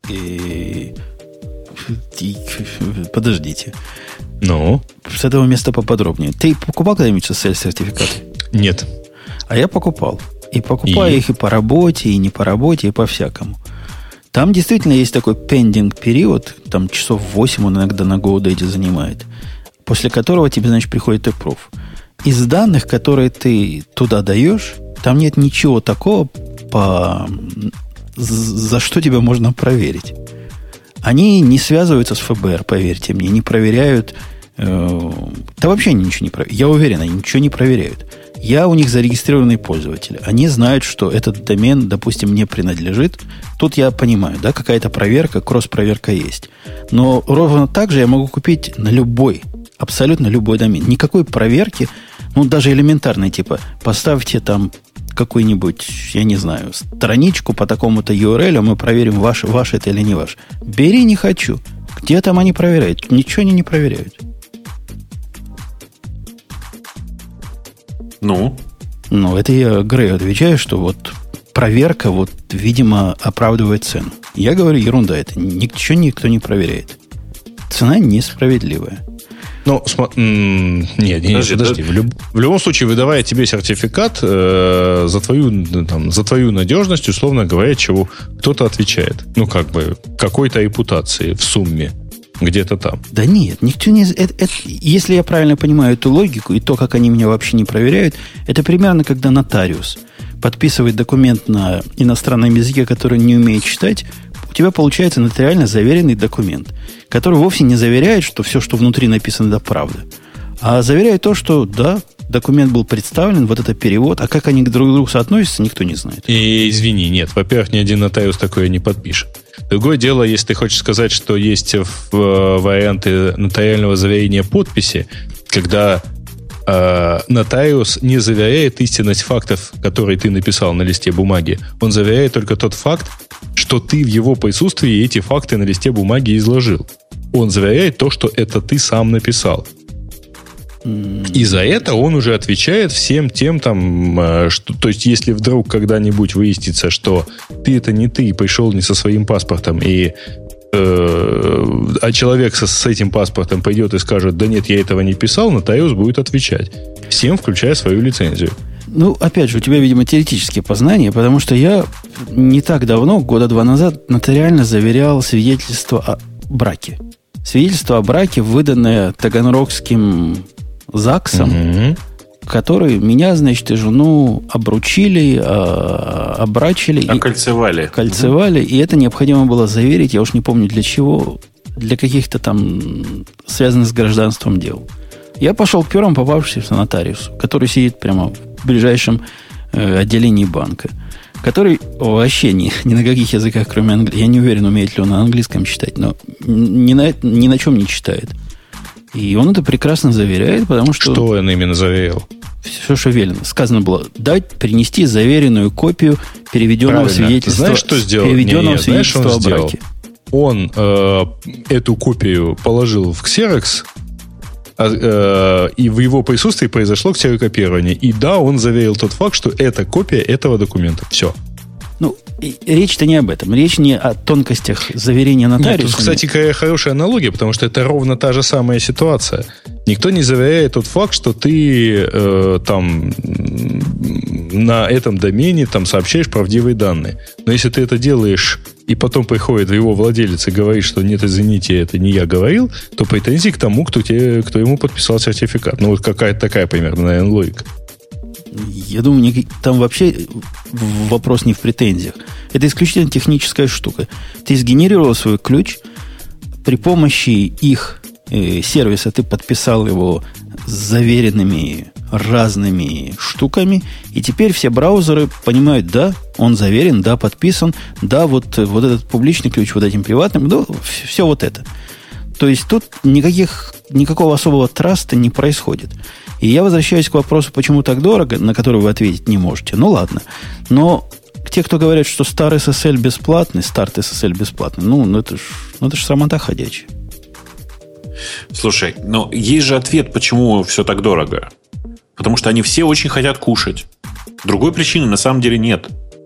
Подождите. С этого места поподробнее. Ты покупал когда-нибудь SSL-сертификаты? Нет. А я покупал. И покупаю их и по работе, и не по работе, и по-всякому. Там действительно есть такой пендинг-период, там часов 8 он иногда на GoDaddy занимает, после которого тебе, значит, приходит approve. Из данных, которые ты туда даешь, там нет ничего такого, за что тебя можно проверить. Они не связываются с ФБР, поверьте мне, не проверяют. Да вообще они ничего не проверяют. Я уверен, они ничего не проверяют. Я у них зарегистрированный пользователь. Они знают, что этот домен, допустим, не принадлежит. Тут я понимаю, да, какая-то проверка, кросс-проверка есть. Но ровно так же я могу купить на любой, абсолютно любой домен. Никакой проверки, даже элементарной, типа, поставьте там какую-нибудь, я не знаю, страничку по такому-то URL, а мы проверим, ваш это или не ваш. Бери, не хочу. Где там они проверяют? Ничего они не проверяют. Это я Грею отвечаю, что проверка, видимо, оправдывает цену. Я говорю, ерунда это. Ничего никто не проверяет. Цена несправедливая. Ну, подожди. В любом случае, выдавая тебе сертификат, за твою надежность, условно говоря, чего кто-то отвечает. Ну, как бы, какой-то репутации в сумме. Где-то там. Да нет, никто не... если я правильно понимаю эту логику и то, как они меня вообще не проверяют, это примерно когда нотариус подписывает документ на иностранном языке, который не умеет читать, у тебя получается нотариально заверенный документ, который вовсе не заверяет, что все, что внутри написано, это правда. А заверяет то, что да, документ был представлен, вот это перевод, а как они друг к другу соотносятся, никто не знает. И извини, нет, во-первых, ни один нотариус такое не подпишет. Другое дело, если ты хочешь сказать, что есть варианты нотариального заверения подписи, когда нотариус не заверяет истинность фактов, которые ты написал на листе бумаги. Он заверяет только тот факт, что ты в его присутствии эти факты на листе бумаги изложил. Он заверяет то, что это ты сам написал. И за это он уже отвечает всем тем, что, то есть, если вдруг когда-нибудь выяснится, что ты это не ты, пришел не со своим паспортом, а человек с этим паспортом пойдет и скажет, да нет, я этого не писал, нотариус будет отвечать. Всем, включая свою лицензию. Ну, опять же, у тебя, видимо, теоретические познания, потому что я не так давно, года 2 назад, нотариально заверял свидетельство о браке. Свидетельство о браке, выданное таганрогским ЗАГСом, который меня, значит, и жену обручили, обрачили. Кольцевали, и это необходимо было заверить, я уж не помню для чего, для каких-то там связанных с гражданством дел. Я пошел к первому попавшемуся нотариусу, который сидит прямо в ближайшем отделении банка, который вообще ни на каких языках, кроме английского, я не уверен, умеет ли он на английском читать, но ни на чем не читает. И он это прекрасно заверяет, потому что... Что он именно заверил? Все, что велено. Сказано было, принести заверенную копию переведенного свидетельства. Знаешь, что сделал? Переведенного свидетельства о браке. Он эту копию положил в Xerox, и в его присутствии произошло ксерокопирование. И да, он заверил тот факт, что это копия этого документа. Все. Ну, речь-то не об этом. Речь не о тонкостях заверения нотариуса. Тут, кстати, какая хорошая аналогия, потому что это ровно та же самая ситуация. Никто не заверяет тот факт, что ты на этом домене сообщаешь правдивые данные. Но если ты это делаешь, и потом приходит его владелец и говорит, что нет, извините, это не я говорил, то претензии к тому, кто ему подписал сертификат. Ну, вот какая-то такая примерно, наверное, логика. Я думаю, там вообще вопрос не в претензиях. Это исключительно техническая штука. Ты сгенерировал свой ключ, при помощи их сервиса ты подписал его с заверенными разными штуками, и теперь все браузеры понимают, да, он заверен, да, подписан, да, вот этот публичный ключ вот этим приватным, да, все вот это. То есть тут никакого особого траста не происходит. И я возвращаюсь к вопросу, почему так дорого, на который вы ответить не можете. Ну, ладно. Но те, кто говорят, что старт SSL бесплатный, ну, это ж срамота ходячая. Слушай, но есть же ответ, почему все так дорого. Потому что они все очень хотят кушать. Другой причины на самом деле нет.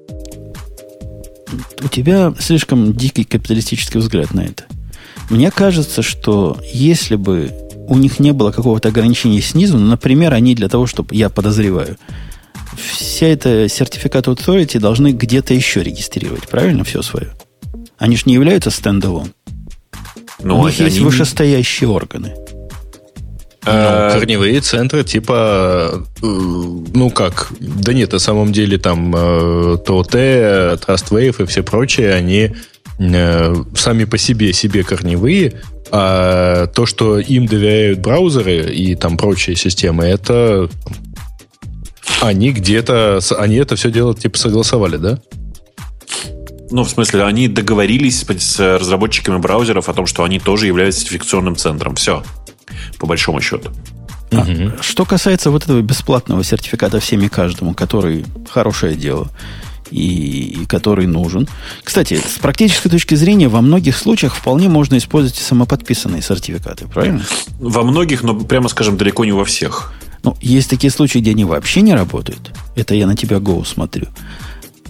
У тебя слишком дикий капиталистический взгляд на это. Мне кажется, что если бы у них не было какого-то ограничения снизу, например, они для того, чтобы, я подозреваю, вся эта сертификат authority должны где-то еще регистрировать, правильно, все свое? Они же не являются стендалон. У них есть вышестоящие органы. Корневые центры типа, да нет, на самом деле там ТОТ, TrustWave и все прочие, они сами по себе корневые, а то, что им доверяют браузеры и там прочие системы, это они это все дело типа согласовали, да? Ну, в смысле, они договорились с разработчиками браузеров о том, что они тоже являются сертификационным центром. Все, по большому счету. Что касается вот этого бесплатного сертификата всем и каждому, который хорошее дело и который нужен. Кстати, с практической точки зрения, во многих случаях вполне можно использовать и самоподписанные сертификаты, правильно? Во многих, но, прямо скажем, далеко не во всех. Ну, есть такие случаи, где они вообще не работают. Это я на тебя Go смотрю.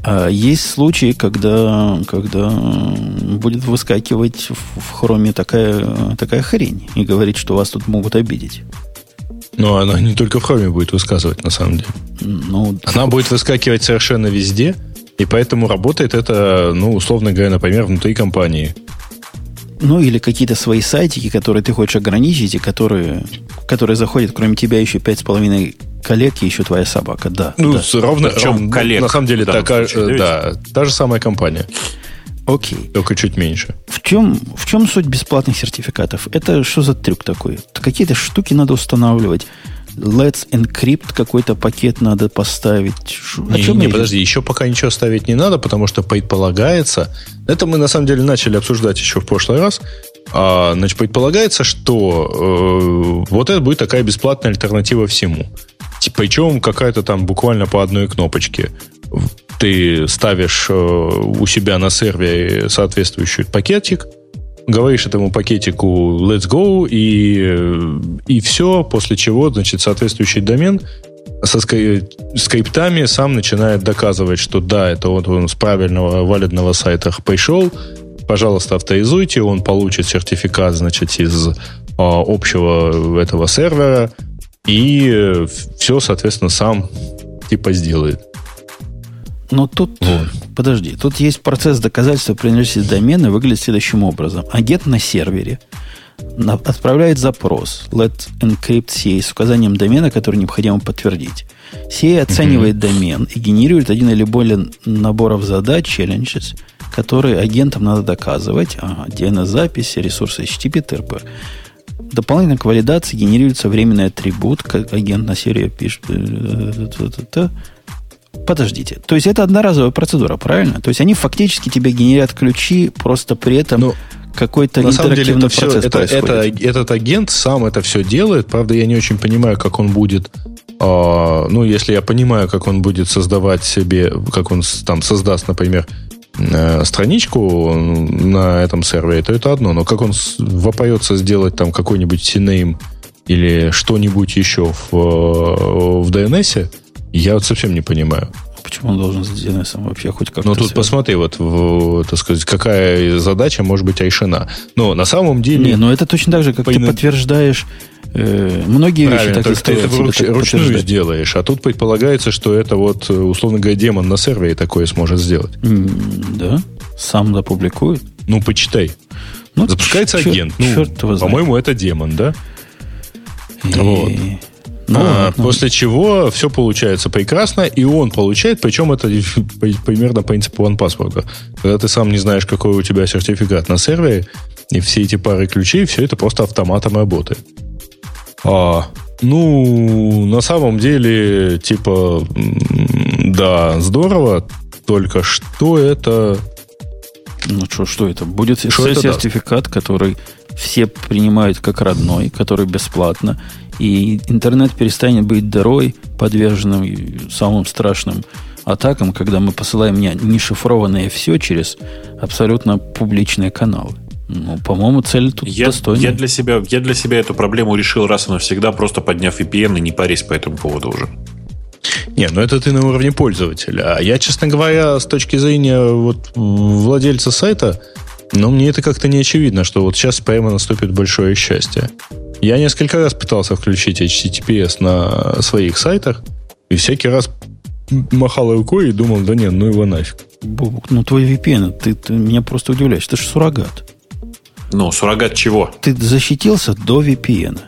А есть случаи, когда будет выскакивать в хроме такая хрень и говорить, что вас тут могут обидеть. Но она не только в хроме будет высказывать, на самом деле. Она будет выскакивать совершенно везде, и поэтому работает это, условно говоря, например, внутри компании. Или какие-то свои сайтики, которые ты хочешь ограничить, и которые заходят, кроме тебя, еще 5,5 коллег и еще твоя собака. Да. Ровно коллег, на самом деле, та же самая компания. Окей. Только чуть меньше. В чем суть бесплатных сертификатов? Это что за трюк такой? Какие-то штуки надо устанавливать. Let's Encrypt какой-то пакет надо поставить. Подожди, еще пока ничего ставить не надо, потому что предполагается, это мы на самом деле начали обсуждать еще в прошлый раз, значит, предполагается, что вот это будет такая бесплатная альтернатива всему. Причем какая-то там буквально по одной кнопочке. Ты ставишь у себя на сервере соответствующий пакетик, говоришь этому пакетику let's go, и все, после чего, значит, соответствующий домен со скриптами сам начинает доказывать, что да, это вот он с правильного валидного сайта пришел, пожалуйста, авторизуйте, он получит сертификат, значит, из общего этого сервера, и все, соответственно, сам типа сделает. Но тут, подожди, тут есть процесс доказательства принадлежности домена, выглядит следующим образом. Агент на сервере отправляет запрос let encrypt CA с указанием домена, который необходимо подтвердить. CA оценивает домен и генерирует один или более наборов задач, challenges, которые агентам надо доказывать. DNS-записи, ресурсы HTTP, ТРП. Дополнительно к валидации генерируется временный атрибут, как агент на сервере пишет. Подождите. То есть это одноразовая процедура, правильно? То есть они фактически тебе генерят ключи, просто при этом какой-то интерактивный процесс происходит. Этот агент сам это все делает. Правда, я не очень понимаю, как он будет... если я понимаю, как он будет создавать себе... Как он там создаст, например, страничку на этом сервере, то это одно. Но как он вопоется сделать там какой-нибудь CNAME или что-нибудь еще в DNS, я вот совсем не понимаю. Почему он должен с DNS вообще хоть как-то тут посмотри, так сказать, какая задача может быть решена. Но на самом деле... это точно так же, как ты подтверждаешь многие вещи. Так ты это вручную сделаешь, а тут предполагается, что это вот, условно говоря, демон на сервере такое сможет сделать. Да? Сам опубликует? Почитай. Запускается агент. По-моему, это демон, да? Вот. После чего все получается прекрасно, и он получает, причем это примерно принцип OnePassword. Когда ты сам не знаешь, какой у тебя сертификат на сервере, и все эти пары ключей, все это просто автоматом работает. На самом деле, да, здорово, только что это... Что это? Будет сертификат, который все принимают как родной, который бесплатно, и интернет перестанет быть дырой, подверженным самым страшным атакам, когда мы посылаем нешифрованное все через абсолютно публичные каналы. По-моему, цель тут достойная. Я для себя эту проблему решил раз и навсегда, просто подняв VPN и не парясь по этому поводу уже. Это ты на уровне пользователя. А я, честно говоря, с точки зрения владельца сайта, мне это как-то не очевидно, что вот сейчас прямо наступит большое счастье. Я несколько раз пытался включить HTTPS на своих сайтах, и всякий раз махал рукой и думал, да нет, его нафиг. Бобук, твой VPN, ты меня просто удивляешь, ты же суррогат. Суррогат чего? Ты защитился до VPN.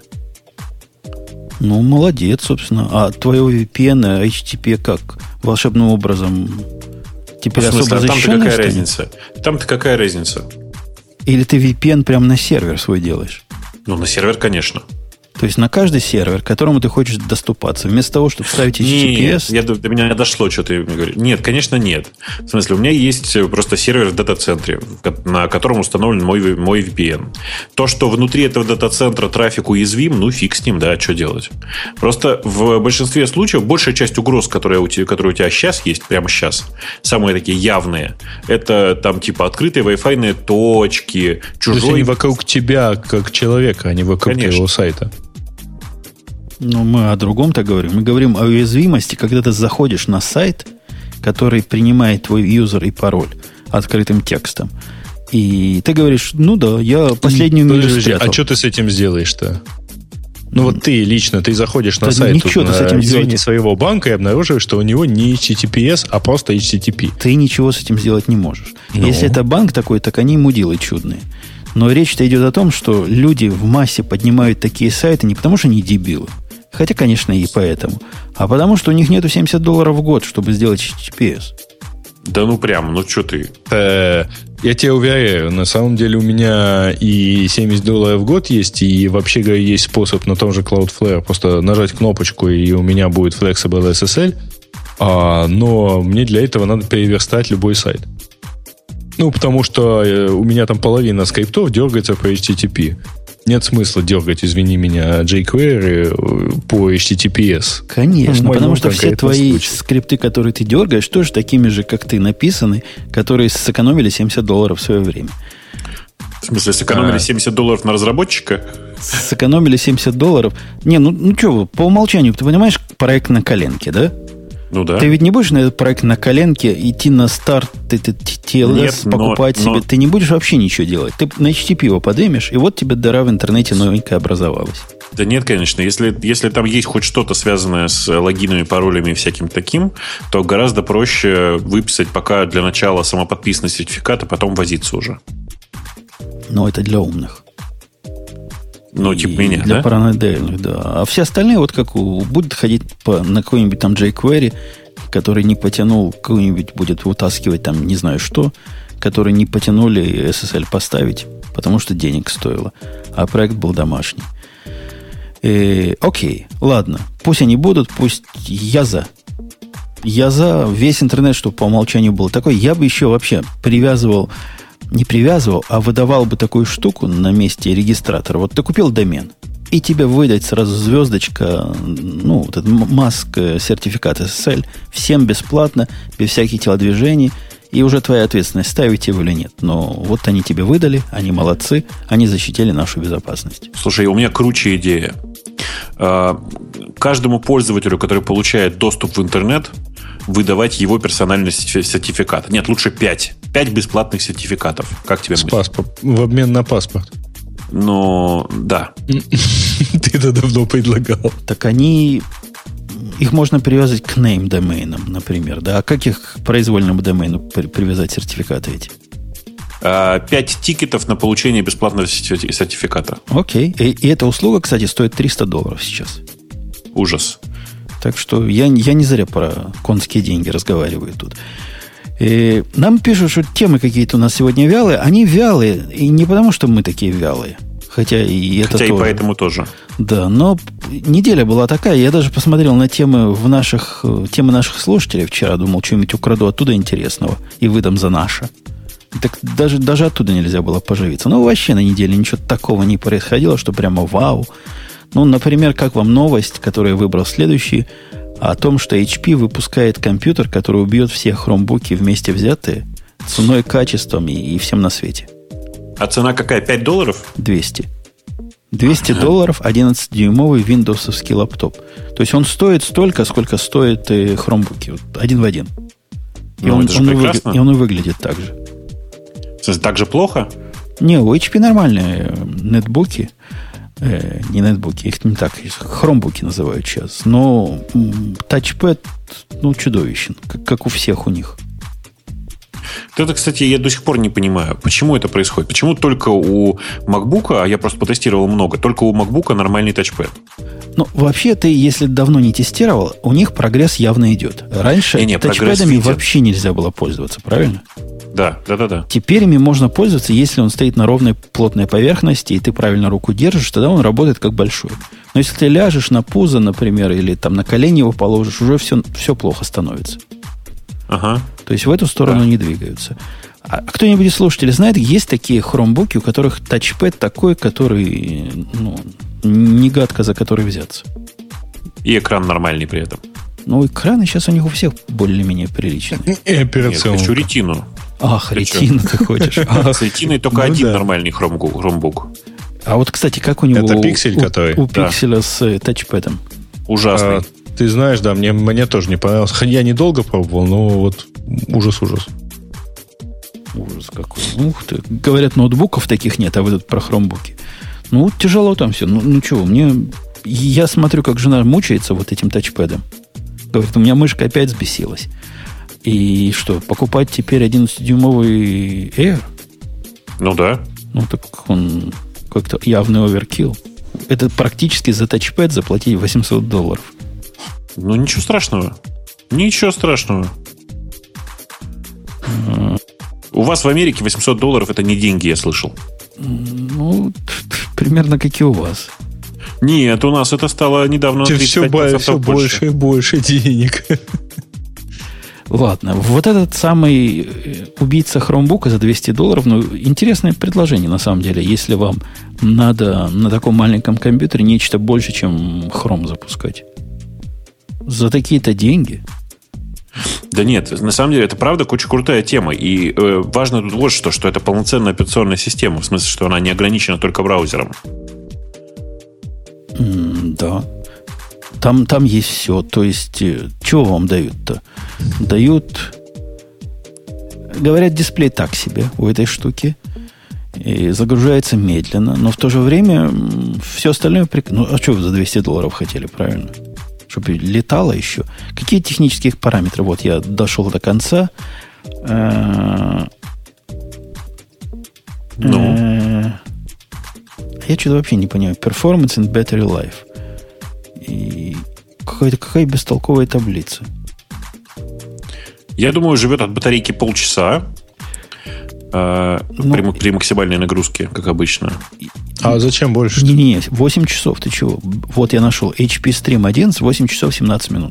Молодец, собственно. А твоего VPN HTTP как? Волшебным образом теперь особо защищенный? Там-то какая разница? Или ты VPN прямо на сервер свой делаешь? На сервер, конечно. То есть на каждый сервер, к которому ты хочешь доступаться, вместо того, чтобы ставить HTTPS... Нет, до меня дошло, что ты мне говоришь. Нет, конечно, нет. В смысле, у меня есть просто сервер в дата-центре, на котором установлен мой VPN. То, что внутри этого дата-центра трафик уязвим, фиг с ним, да, что делать? Просто в большинстве случаев большая часть угроз, которые у тебя сейчас есть, прямо сейчас, самые такие явные, это там типа открытые Wi-Fi точки, чужой... То есть они вокруг тебя, как человека, а не вокруг твоего сайта. Мы о другом-то говорим. Мы говорим о уязвимости, когда ты заходишь на сайт, который принимает твой юзер и пароль открытым текстом. И ты говоришь, ну да, я последнюю милю спрятал. А что ты с этим сделаешь-то? Ну вот ты лично, ты заходишь на сайт своего банка и обнаруживаешь, что у него не HTTPS, а просто HTTP. Ты ничего с этим сделать не можешь. Если это банк такой, так они мудилы чудные. Но речь-то идет о том, что люди в массе поднимают такие сайты не потому, что они дебилы, хотя, конечно, и поэтому, а потому, что у них нету $70 в год, чтобы сделать HTTPS. Да ну прям, ну что ты... Я тебя уверяю, на самом деле у меня и $70 в год есть, и вообще говоря, есть способ на том же Cloudflare просто нажать кнопочку, и у меня будет Flexible SSL, но мне для этого надо переверстать любой сайт. Ну, потому что у меня там половина скриптов дергается по HTTP. Нет смысла дергать, извини меня, jQuery по HTTPS. Конечно, потому что все твои скрипты, которые ты дергаешь, тоже такими же, как ты, написаны, которые сэкономили $70 в свое время. В смысле, сэкономили $70 на разработчика? Сэкономили $70. Не, ну что, по умолчанию, ты понимаешь, проект на коленке, да? Ну да. Ты ведь не будешь на этот проект на коленке идти на старт, TLS, покупать себе. Ты не будешь вообще ничего делать. Ты на HTTP его подымешь, и вот тебе дыра в интернете новенькая образовалась. Да нет, конечно. Если там есть хоть что-то связанное с логинами, паролями и всяким таким, то гораздо проще выписать пока для начала самоподписанный сертификат, а потом возиться уже. Но это для умных. Ну, типа меня, для параноидальных, да. А все остальные, вот как будут ходить на какой-нибудь там jQuery, который не потянул, какой-нибудь будет вытаскивать там не знаю что, который не потянули SSL поставить, потому что денег стоило. А проект был домашний. Окей, ладно. Пусть они будут, пусть я за. Я за весь интернет, чтобы по умолчанию был такой. Я бы еще вообще не привязывал, а выдавал бы такую штуку на месте регистратора. Вот ты купил домен, и тебе выдать сразу звездочка, ну, вот этот маск сертификат SSL, всем бесплатно, без всяких телодвижений, и уже твоя ответственность, ставить его или нет. Но вот они тебе выдали, они молодцы, они защитили нашу безопасность. Слушай, у меня круче идея. Каждому пользователю, который получает доступ в интернет, выдавать его персональный сертификат. Нет, лучше 5. 5 бесплатных сертификатов. Как тебе мысль? Паспорт. В обмен на паспорт. Ну, да. Ты это давно предлагал. Так их можно привязать к name-доменам, например. Да? А как их к произвольному домену привязать сертификаты эти? 5 тикетов на получение бесплатного сертификата. Окей. И эта услуга, кстати, стоит $300 сейчас. Ужас. Так что я не зря про конские деньги разговариваю тут. И нам пишут, что темы какие-то у нас сегодня вялые. Они вялые, и не потому, что мы такие вялые. Хотя и тоже. Поэтому тоже. Да, но неделя была такая. Я даже посмотрел на темы наших слушателей вчера. Думал, что-нибудь украду оттуда интересного и выдам за наше. Так даже оттуда нельзя было поживиться. Ну, вообще на неделе ничего такого не происходило, что прямо вау. Ну, например, как вам новость, которую я выбрал следующий, о том, что HP выпускает компьютер, который убьет все хромбуки вместе взятые, ценой, качеством и всем на свете. А цена какая? $5? 200. $200 11-дюймовый виндовсовский лаптоп. То есть он стоит столько, сколько стоят хромбуки. Вот, один в один. И он и выглядит так же. В смысле, так же плохо? Не, у HP нормальные нетбуки. Не нетбуки, их не так, хромбуки называют сейчас. Но тачпэд, чудовищен, как у всех у них. Это, кстати, я до сих пор не понимаю, почему это происходит. Почему только у MacBook, а я просто потестировал много, только у MacBook нормальный тачпэд? Ну, вообще, ты, если давно не тестировал, у них прогресс явно идет. Раньше тачпэдами вообще нельзя было пользоваться, правильно? Да. Теперь ими можно пользоваться, если он стоит на ровной плотной поверхности, и ты правильно руку держишь, тогда он работает как большой. Но если ты ляжешь на пузо, например, или там на колени его положишь, уже все плохо становится. Ага. То есть в эту сторону не двигаются. А кто-нибудь из слушателей знает, есть такие хромбуки, у которых тачпэд такой, который, не гадко за который взяться. И экран нормальный при этом. Экраны сейчас у них у всех более-менее приличные. И операционка. Я хочу ретину. Ах, ретину ты хочешь. С ретиной только один нормальный хромбук. А вот, кстати, как у него... Это пиксель, который... У пикселя с тачпэдом. Ужасный. Ты знаешь, да, мне тоже не понравилось. Я недолго пробовал, но вот ужас-ужас. Ужас какой. Ух ты. Говорят, ноутбуков таких нет, а вы тут про хромбуки. Ну, тяжело там все. Ну чего, я смотрю, как жена мучается вот этим тачпэдом. Говорит, у меня мышка опять взбесилась. И что, покупать теперь 11-дюймовый Air? Ну да. Ну так он как-то явный оверкилл. Это практически за тачпэд заплатить $800. Ну ничего страшного. Ничего страшного. У вас в Америке $800 это не деньги, я слышал. Ну, примерно как и у вас. Нет, у нас это стало недавно на 35% все больше и больше денег. Ладно, вот этот самый убийца хромбука за $200, ну, интересное предложение, на самом деле, если вам надо на таком маленьком компьютере нечто больше, чем хром запускать. За такие-то деньги. Да нет, на самом деле это правда очень крутая тема. И важно тут вот что это полноценная операционная система, в смысле, что она не ограничена только браузером. Да. Там есть все. То есть, чего вам дают-то? Дают, говорят, дисплей так себе у этой штуки. И загружается медленно. Но в то же время все остальное... Ну, а что вы за $200 хотели, правильно? Чтобы летало еще. Какие технические параметры? Вот я дошел до конца. Я что-то вообще не понимаю. Performance and battery life. И какая бестолковая таблица. Я думаю, живет от батарейки полчаса при максимальной нагрузке, как обычно. А зачем больше? Не, 8 часов. Ты чего? Вот я нашел HP Stream 11, 8 часов 17 минут.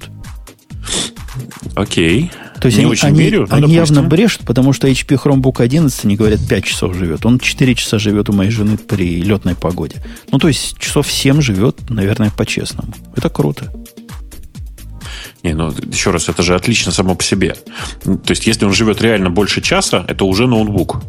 Окей. То есть они явно брешут, потому что HP Chromebook 11, они говорят, 5 часов живет. Он 4 часа живет у моей жены при летной погоде. Ну, то есть часов 7 живет, наверное, по-честному. Это круто. Не, ну, еще раз, это же отлично само по себе. То есть, если он живет реально больше часа, это уже ноутбук.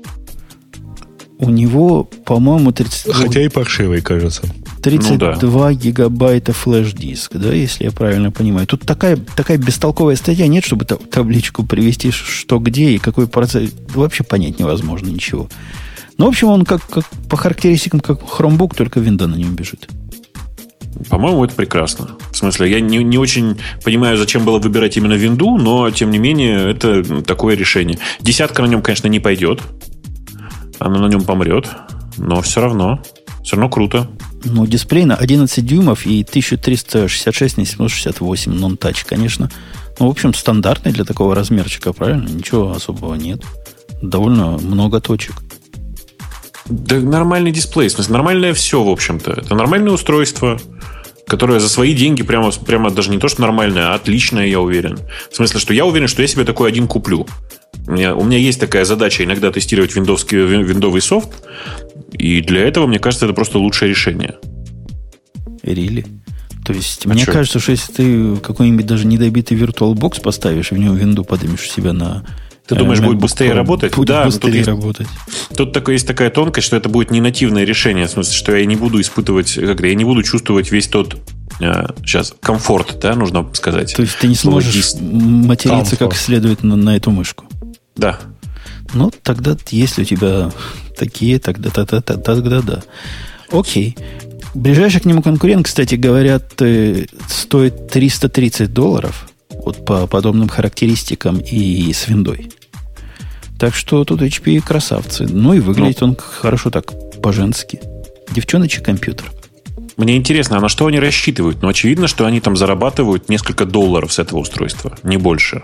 У него, по-моему, 32... Хотя и паршивый, кажется. 32 гигабайта флеш-диск, да, если я правильно понимаю. Тут такая бестолковая статья нет, чтобы табличку привести, что где и какой процесс. Вообще понять невозможно ничего. Ну, в общем, он как по характеристикам, как Chromebook, только винда на нем бежит. По-моему, это прекрасно. В смысле, я не очень понимаю, зачем было выбирать именно винду, но, тем не менее, это такое решение. 10 на нем, конечно, не пойдет. Она на нем помрет. Но все равно круто. Ну, дисплей на 11 дюймов и 1366 на 768 нон-тач, конечно. Ну, в общем, стандартный для такого размерчика, правильно? Ничего особого нет. Довольно много точек. Да нормальный дисплей. В смысле, нормальное все, в общем-то. Это нормальное устройство, которое за свои деньги прямо даже не то, что нормальное, а отличное, я уверен. В смысле, что я уверен, что я себе такой один куплю. У меня есть такая задача иногда тестировать виндовый софт. И для этого, мне кажется, это просто лучшее решение. Really? То есть, мне кажется, что если ты какой-нибудь даже недобитый VirtualBox поставишь, и в него винду поднимешь у себя на... Ты думаешь, будет быстрее работать? Будет быстрее работать. Тут есть такая тонкость, что это будет не нативное решение. В смысле, что я не буду испытывать, я не буду чувствовать весь тот комфорт, да, нужно сказать. То есть ты не сможешь материться как следует на эту мышку. Да. Ну, тогда, если у тебя такие, тогда да. Окей. Ближайший к нему конкурент, кстати, говорят, стоит $330. Вот по подобным характеристикам и с виндой. Так что тут HP красавцы. Ну и выглядит он хорошо так, по-женски. Девчоночий компьютер. Мне интересно, а на что они рассчитывают? Ну, очевидно, что они там зарабатывают несколько $, с этого устройства, не больше.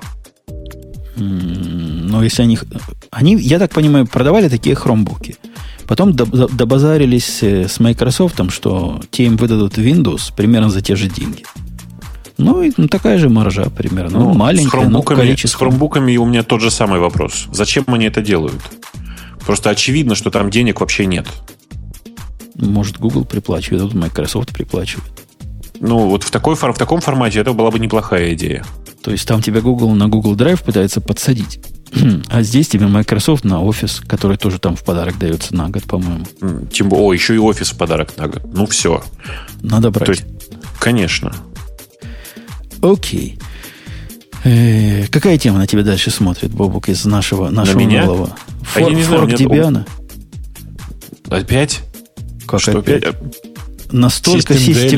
Но если они, я так понимаю, продавали такие хромбуки. Потом добазарились с Microsoft, что те им выдадут Windows примерно за те же деньги. Ну, и такая же маржа примерно. Ну, маленькая, но количество. С хромбуками у меня тот же самый вопрос. Зачем они это делают? Просто очевидно, что там денег вообще нет. Может, Google приплачивает, а тут Microsoft приплачивает. Ну, вот в таком формате это была бы неплохая идея. То есть там тебя Google на Google Drive пытается подсадить. А здесь тебе Microsoft на Office, который тоже там в подарок дается на год, по-моему. Еще и Office в подарок на год. Ну, все. Надо брать. То есть, конечно. Окей. Какая тема на тебя дальше смотрит, Бобук, из нашего малого? Я не знаю, форк Debian? Опять? Как что опять? Настолько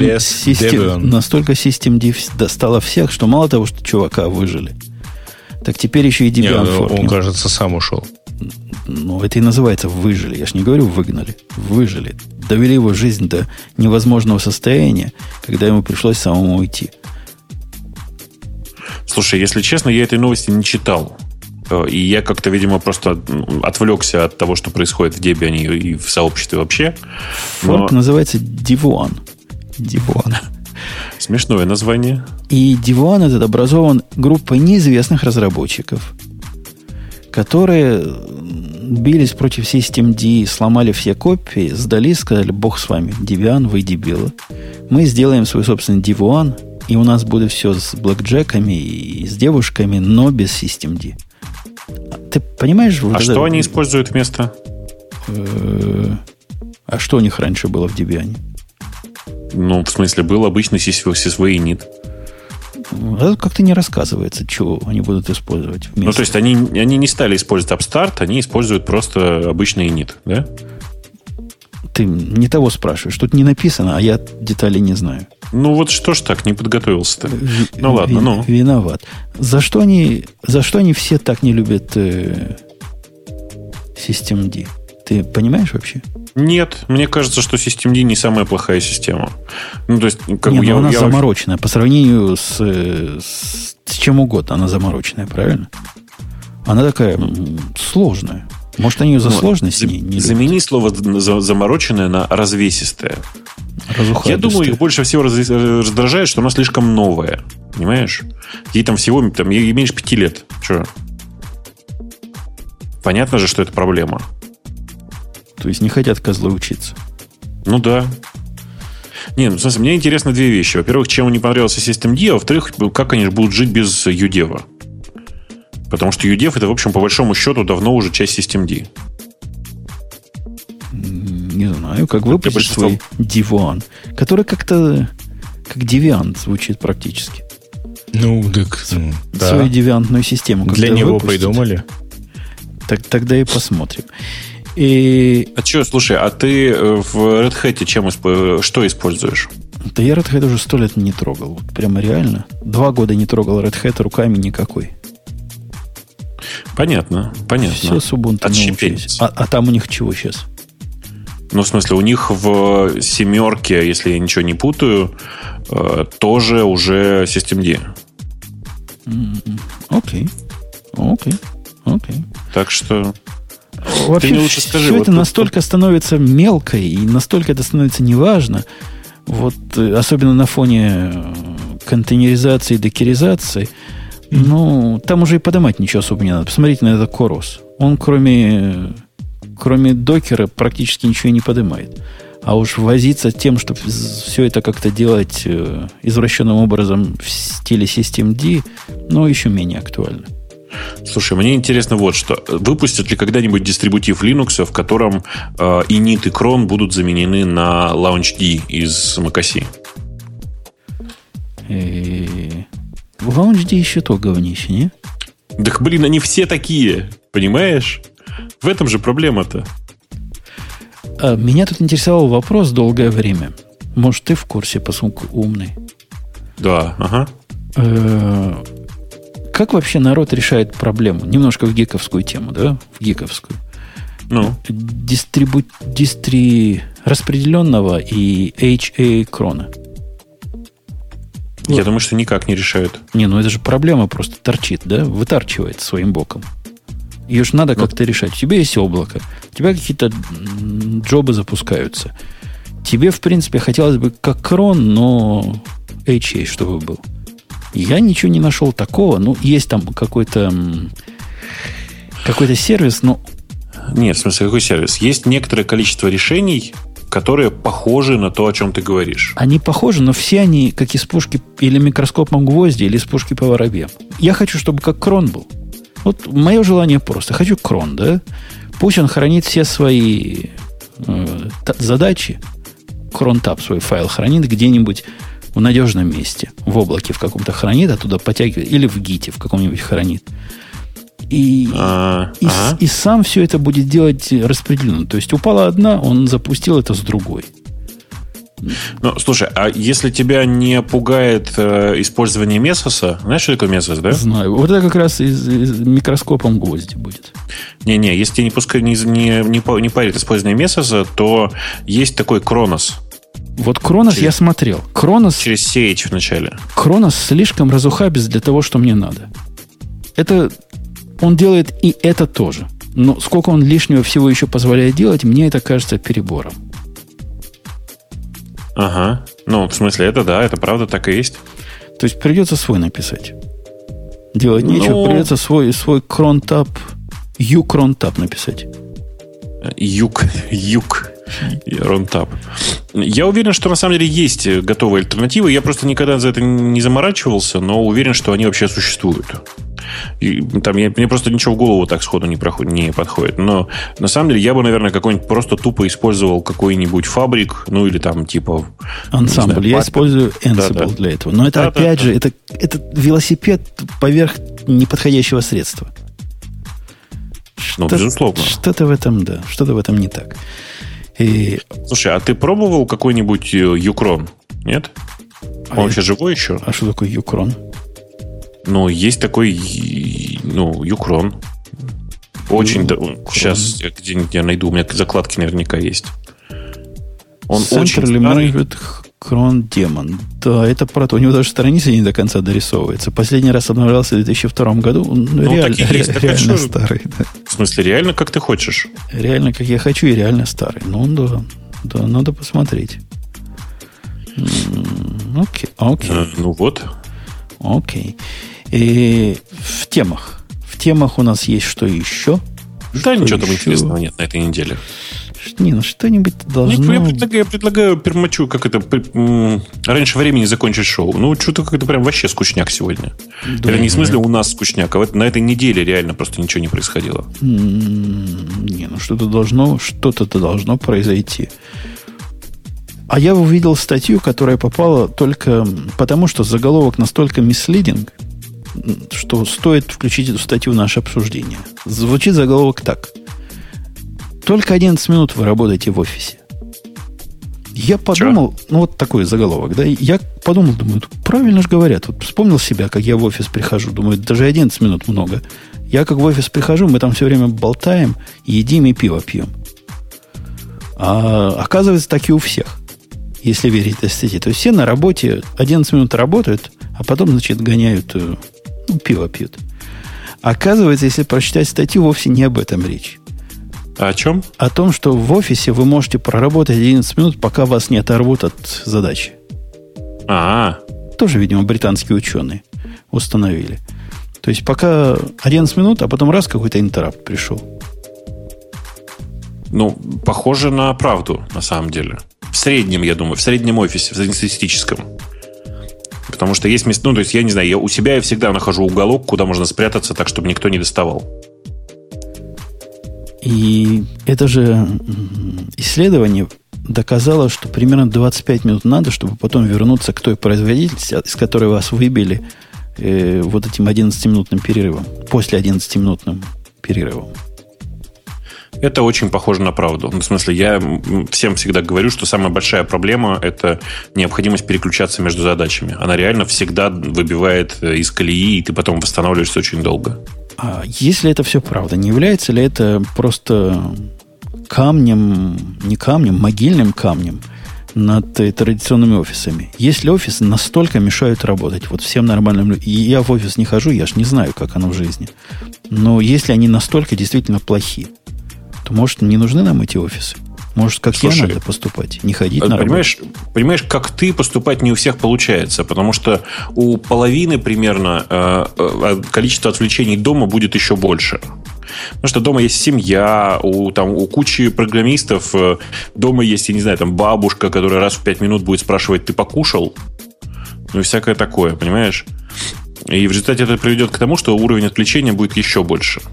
Systemd достало всех, что мало того, что чувака выжили, так теперь еще и Debian форкнул. Он, кажется, сам ушел. Ну, это и называется выжили. Я ж не говорю выгнали. Выжили. Довели его жизнь до невозможного состояния, когда ему пришлось самому уйти. Слушай, если честно, я этой новости не читал. И я как-то, видимо, просто отвлекся от того, что происходит в Debian и в сообществе вообще. Форк называется Devuan. Смешное название. И Devuan этот образован группой неизвестных разработчиков, которые бились против Systemd, сломали все копии, сдались, сказали: бог с вами, Debian, вы дебилы. Мы сделаем свой собственный Devuan, и у нас будет все с блэкджеками и с девушками, но без Systemd. Ты понимаешь? Вот что они используют вместо? А что у них раньше было в Debian? Ну, в смысле, был обычный sysv init. Это как-то не рассказывается, что они будут использовать вместе. Ну, то есть они не стали использовать Upstart, они используют просто обычный init, да? Ты не того спрашиваешь. Тут не написано, а я деталей не знаю. Ну, вот что ж так, не подготовился-то. Ну, ладно, Виноват. За что они все так не любят Systemd? Ты понимаешь вообще? Нет, мне кажется, что Systemd не самая плохая система. Ну, то есть, она замороченная. По сравнению с чем угодно она замороченная, правильно? Она такая сложная. Может, они ее за сложность не замени слово «замороченное» на «развесистое». Я думаю, их больше всего раздражает, что она слишком новая. Понимаешь? Ей там всего ей меньше 5 лет. Че? Понятно же, что это проблема. То есть не хотят козлы учиться. Ну да. Не, ну, в смысле, мне интересны две вещи. Во-первых, чем не понравился Systemd, а во-вторых, как они будут жить без UDEV. Потому что UDEV это, в общем, по большому счету, давно уже часть Systemd. Не знаю, как выпустить свой Devuan, который как-то как Deviant звучит практически. Ну, так, да. Свою девиантную систему. Для него придумали. Тогда и посмотрим. И... А что, слушай, а ты в Red Hat что используешь? Да я Red Hat уже 100 лет не трогал. Вот прямо реально. 2 года не трогал Red Hat руками никакой. Понятно. Все с Ubuntu научились. А там у них чего сейчас? Ну, в смысле, у них в 7, если я ничего не путаю, тоже уже Systemd. Окей. Так что... Вообще, лучше скажи, все это настолько становится мелко, и настолько это становится неважно, вот, особенно на фоне контейнеризации и докеризации, ну, там уже и поднимать ничего особо не надо. Посмотрите на этот Корос. Он, кроме докера, практически ничего и не поднимает. А уж возиться тем, чтобы все это как-то делать извращенным образом в стиле Systemd, ну, еще менее актуально. Слушай, мне интересно вот что. Выпустят ли когда-нибудь дистрибутив Linux, в котором init и cron будут заменены на LaunchD из macOS? LaunchD еще то говнище, не? Да, блин, они все такие, понимаешь? В этом же проблема-то. Меня тут интересовал вопрос долгое время. Может, ты в курсе, поскольку умный? Да, ага. Как вообще народ решает проблему? Немножко в гиковскую тему, да? В гиковскую. Ну? Распределенного и HA крона. Я думаю, что никак не решают. Не, ну это же проблема просто торчит, да? Вытарчивает своим боком. Ее же надо как-то решать. У тебя есть облако. У тебя какие-то джобы запускаются. Тебе, в принципе, хотелось бы как крон, но HA, чтобы был. Я ничего не нашел такого. Ну, есть там какой-то сервис, но... Нет, в смысле, какой сервис? Есть некоторое количество решений, которые похожи на то, о чем ты говоришь. Они похожи, но все они как из пушки или микроскопом гвозди, или из пушки по воробьям. Я хочу, чтобы как крон был. Вот мое желание просто. Хочу крон, да? Пусть он хранит все свои задачи. Cron tab свой файл хранит где-нибудь в надежном месте, в облаке в каком-то хранит, оттуда подтягивает, или в гите в каком-нибудь хранит. И сам все это будет делать распределенно. То есть упала одна, он запустил это с другой. Ну, слушай, а если тебя не пугает использование Mesos, знаешь, что такое Mesos, да? Знаю. Вот это как раз из микроскопом гвозди будет. Не-не, если тебя не парит использование Mesos, то есть такой Kronos. Вот Kronos я смотрел. Kronos, через CH вначале. Kronos слишком разухабист для того, что мне надо. Это он делает и это тоже. Но сколько он лишнего всего еще позволяет делать, мне это кажется перебором. Ага. Ну, в смысле, это да, это правда так и есть. То есть придется свой написать. Делать нечего, придется свой crontab, ucrontab написать. Ронтап. Я уверен, что на самом деле есть готовые альтернативы. Я просто никогда за это не заморачивался, но уверен, что они вообще существуют. И там мне просто ничего в голову так сходу не подходит. Но на самом деле я бы, наверное, какой-нибудь просто тупо использовал какой-нибудь фабрик, ну или там типа... Ансамбль. Я использую Ansible для этого. Но это опять же, это велосипед поверх неподходящего средства. Ну, безусловно. Что-то в этом, да. Что-то в этом не так. Слушай, а ты пробовал какой-нибудь Юкрон? Нет? Он вообще живой еще? А что такое Юкрон? Ну, есть такой, Юкрон. Очень... Сейчас я где-нибудь найду. У меня закладки наверняка есть. Он очень старый. Крон Демон. Да, это правда. У него даже страница не до конца дорисовывается. Последний раз обновлялся в 2002 году. Он реально старый. Да. В смысле, реально как ты хочешь? Реально как я хочу и реально старый. Ну, да, надо посмотреть. Окей. Ну вот. Окей. И в темах у нас есть что еще? Да, ничего там интересного нет на этой неделе. Что-нибудь должно... Я предлагаю пермачу, как это, раньше времени закончить шоу. Ну, что-то как-то прям вообще скучняк сегодня. Да, это не в смысле у нас скучняк, а вот на этой неделе реально просто ничего не происходило. Что-то должно произойти. А я увидел статью, которая попала только потому, что заголовок настолько мислидинг, что стоит включить эту статью в наше обсуждение. Звучит заголовок так. Только 11 минут вы работаете в офисе. Я подумал, вот такой заголовок, да, я подумал, думаю, правильно же говорят. Вот вспомнил себя, как я в офис прихожу, думаю, даже 11 минут много. Я как в офис прихожу, мы там все время болтаем, едим и пиво пьем. А оказывается, так и у всех, если верить этой статье. То есть все на работе 11 минут работают, а потом, значит, гоняют, пиво пьют. Оказывается, если прочитать статью, вовсе не об этом речь. А о чем? О том, что в офисе вы можете проработать 11 минут, пока вас не оторвут от задачи. Тоже, видимо, британские ученые установили. То есть пока 11 минут, а потом раз какой-то интеррапт пришел. Ну, похоже на правду, на самом деле. В среднем, я думаю, в среднем офисе, в среднестатистическом. Потому что есть места, то есть, я не знаю, у себя я всегда нахожу уголок, куда можно спрятаться так, чтобы никто не доставал. И это же исследование доказало, что примерно 25 минут надо, чтобы потом вернуться к той производительности, из которой вас выбили вот этим 11-минутным перерывом, после 11-минутным перерывом. Это очень похоже на правду. В смысле, я всем всегда говорю, что самая большая проблема – это необходимость переключаться между задачами. Она реально всегда выбивает из колеи, и ты потом восстанавливаешься очень долго. А если это все правда, не является ли это просто могильным камнем над традиционными офисами? Если офисы настолько мешают работать, вот всем нормальным людям, я в офис не хожу, я ж не знаю, как оно в жизни, но если они настолько действительно плохи, то, может, не нужны нам эти офисы? Может, как я надо поступать? Не ходить на работу? Понимаешь, как ты поступать не у всех получается, потому что у половины примерно количество отвлечений дома будет еще больше. Потому что дома есть семья, у кучи программистов дома есть, я не знаю, там бабушка, которая раз в 5 минут будет спрашивать, ты покушал? Ну и всякое такое, понимаешь? И в результате это приведет к тому, что уровень отвлечения будет еще больше.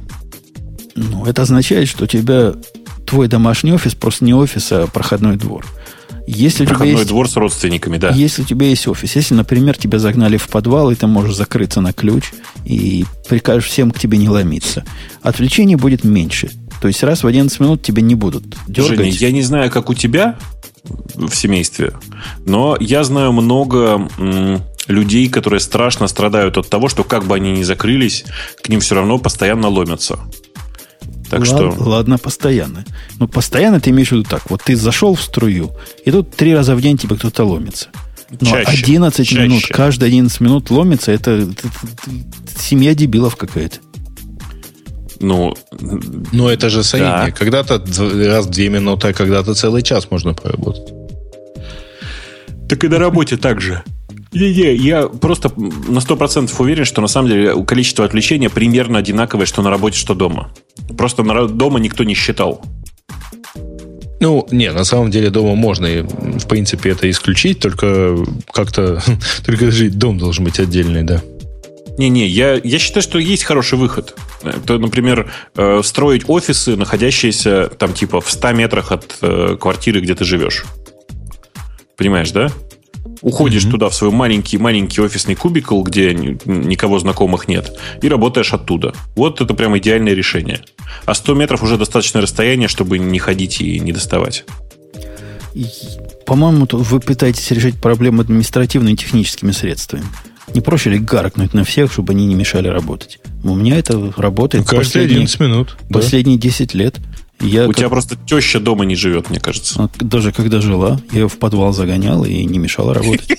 Ну, это означает, что у тебя твой домашний офис просто не офис, а проходной двор. Если проходной двор с родственниками, да. Если у тебя есть офис, если, например, тебя загнали в подвал, и ты можешь закрыться на ключ, и прикажешь всем к тебе не ломиться, отвлечений будет меньше. То есть раз в 11 минут тебя не будут дергать. Женя, я не знаю, как у тебя в семействе, но я знаю много людей, которые страшно страдают от того, что как бы они ни закрылись, к ним все равно постоянно ломятся. Так ладно, постоянно. Но постоянно ты имеешь в виду так. Вот ты зашел в струю, и тут 3 раза в день тебе кто-то ломится. Но чаще, 11 минут, каждые 11 минут ломится, это семья дебилов какая-то. Ну, это же соединение. Да. Когда-то раз в 2 минуты, а когда-то целый час можно поработать. Так и на работе так же. Я просто на 100% уверен, что на самом деле количество отвлечения примерно одинаковое, что на работе, что дома. Просто дома никто не считал. Ну, не, на самом деле дома можно, и, в принципе, это исключить, только как-то... Только жить дом должен быть отдельный, да. Не-не, я считаю, что есть хороший выход. Это, например, строить офисы, находящиеся там типа в 100 метрах от квартиры, где ты живешь. Понимаешь, да? Уходишь туда, в свой маленький офисный кубикл, где никого знакомых нет, и работаешь оттуда. Вот это прям идеальное решение. А 100 метров уже достаточное расстояние, чтобы не ходить и не доставать. По-моему, вы пытаетесь решить проблему административными и техническими средствами. Не проще ли гаркнуть на всех, чтобы они не мешали работать? У меня это работает каждые 11 минут. Последние 10 лет. У тебя просто теща дома не живет, мне кажется. Даже когда жила, я ее в подвал загонял и не мешала работать.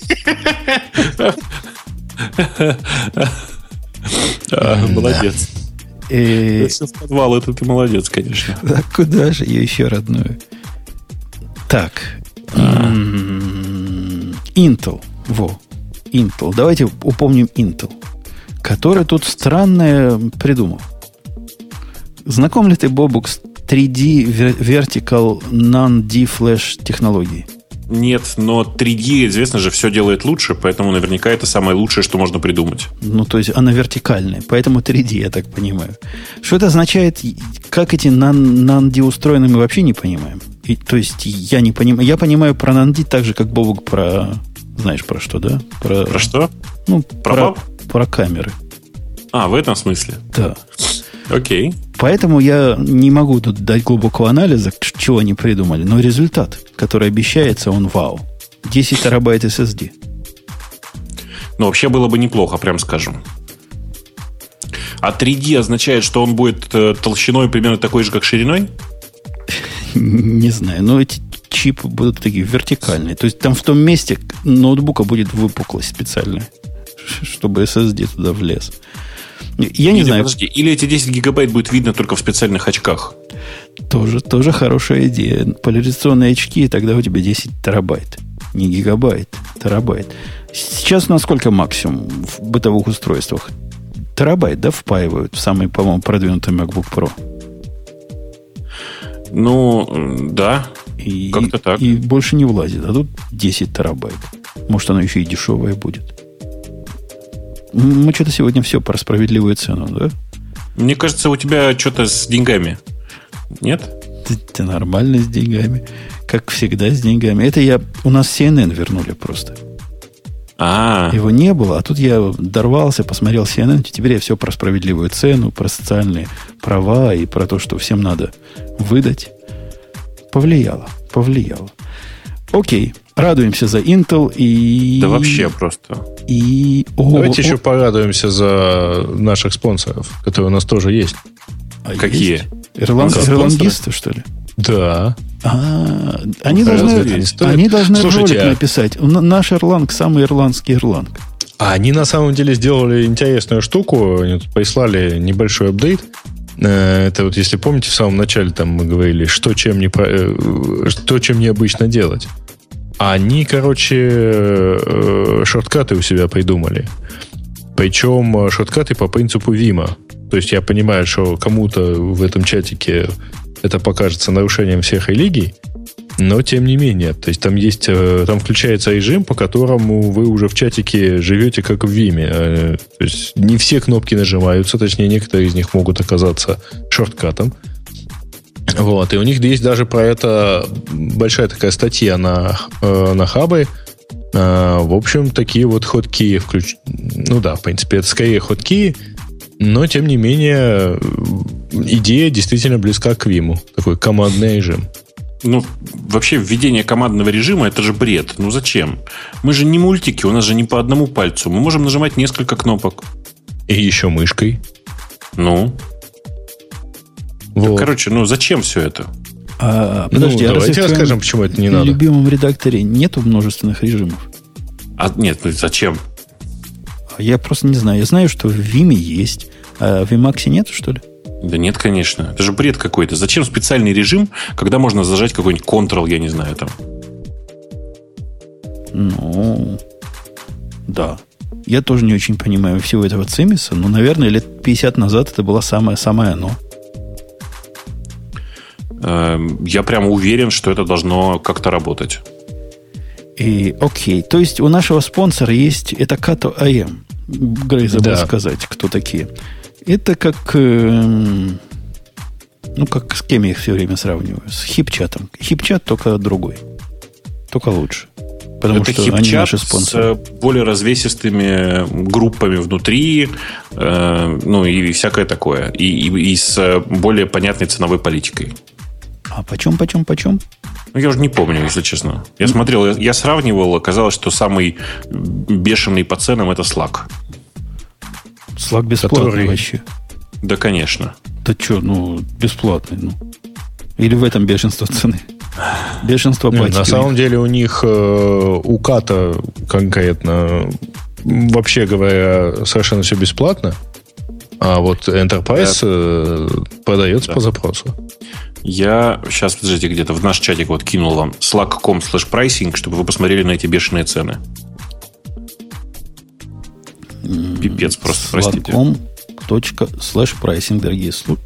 Молодец. Все в подвал, это ты молодец, конечно. Да куда же я еще родную? Так. Intel. Intel. Давайте упомним Intel, который тут странное придумал. Знаком ли ты, Бобук, с 3D Vertical Non-D Flash технологией? Нет, но 3D, известно же, все делает лучше, поэтому наверняка это самое лучшее, что можно придумать. Ну, то есть она вертикальная, поэтому 3D, я так понимаю. Что это означает? Как эти non-D устроены, мы вообще не понимаем. То есть я не понимаю. Я понимаю про non-D так же, как Бобук про... Знаешь, про что, да? Про что? Ну, про камеры. А, в этом смысле? Да. Окей. Поэтому я не могу тут дать глубокого анализа, чего они придумали. Но результат, который обещается, он вау. 10 терабайт SSD. Ну, вообще было бы неплохо, прям скажем. А 3D означает, что он будет толщиной примерно такой же, как шириной? Не знаю. Но эти чипы будут такие вертикальные. То есть там в том месте ноутбука будет выпуклость специальная, чтобы SSD туда влез. Я не знаю. Подожди, или эти 10 гигабайт будет видно только в специальных очках? Тоже хорошая идея. Поляризационные очки, и тогда у тебя 10 терабайт. Не гигабайт, терабайт. Сейчас насколько максимум в бытовых устройствах? Терабайт, да, впаивают в самый, по-моему, продвинутый MacBook Pro? Ну, да. Как-то так. И больше не влазит. А тут 10 терабайт. Может, оно еще и дешевое будет. Мы что-то сегодня все про справедливую цену, да? Мне кажется, у тебя что-то с деньгами. Нет? Ты нормально с деньгами. Как всегда с деньгами. Это у нас CNN вернули просто. Его не было, а тут я дорвался, посмотрел CNN, теперь я все про справедливую цену, про социальные права и про то, что всем надо выдать. Повлияло. Окей, радуемся за Intel и... Да вообще просто. Давайте еще порадуемся за наших спонсоров, которые у нас тоже есть. Какие? Ирландисты, что ли? Да. Они должны ролик написать. Наш Ирланг самый ирландский Ирланг. А они на самом деле сделали интересную штуку. Они тут прислали небольшой апдейт. Это вот, если помните, в самом начале там мы говорили, что чем необычно делать. А они, шорткаты у себя придумали. Причем шорткаты по принципу Вима. То есть я понимаю, что кому-то в этом чатике это покажется нарушением всех религий, но тем не менее. То есть там включается режим, по которому вы уже в чатике живете как в Виме. То есть не все кнопки нажимаются, точнее некоторые из них могут оказаться шорткатом. Вот, и у них есть даже про это большая такая статья на Хабре. В общем, такие вот хоткии Ну да, в принципе, это скорее хоткии, но, тем не менее, идея действительно близка к Vim. Такой командный режим. Ну, вообще, введение командного режима – это же бред. Ну, зачем? Мы же не мультики, у нас же не по одному пальцу. Мы можем нажимать несколько кнопок. И еще мышкой. Ну. Вот. Так, короче, зачем все это? Подожди, давайте расскажем, почему это не надо. В любимом редакторе нету множественных режимов. Нет, зачем? Я просто не знаю. Я знаю, что в Vim есть, а в Emacs нет, что ли? Да нет, конечно. Это же бред какой-то. Зачем специальный режим, когда можно зажать какой-нибудь Ctrl, я не знаю, там? Ну, да. Я тоже не очень понимаю всего этого цимиса, но, наверное, лет 50 назад это было самое оно. Я прямо уверен, что это должно как-то работать. И окей. То есть у нашего спонсора есть... Это Kato AM. Грей забыл сказать, кто такие. Это как... как с кем я их все время сравниваю? С хипчатом. Хипчат только другой. Только лучше. Потому это что они наши спонсоры. С более развесистыми группами внутри, и всякое такое. И с более понятной ценовой политикой. А почем? Я уже не помню, если честно. Я смотрел, я сравнивал, оказалось, что самый бешеный по ценам это Slack. Slack бесплатный вообще. Да, конечно. Да что, бесплатный. Или в этом бешенство цены? Бешенство патики. На самом деле у них у Ката конкретно, вообще говоря, совершенно все бесплатно. А вот Enterprise продается по запросу. Я сейчас, подождите, где-то в наш чатик кинул вам slack.com/pricing, чтобы вы посмотрели на эти бешеные цены. Пипец просто, простите. slack.com/pricing, дорогие слушатели.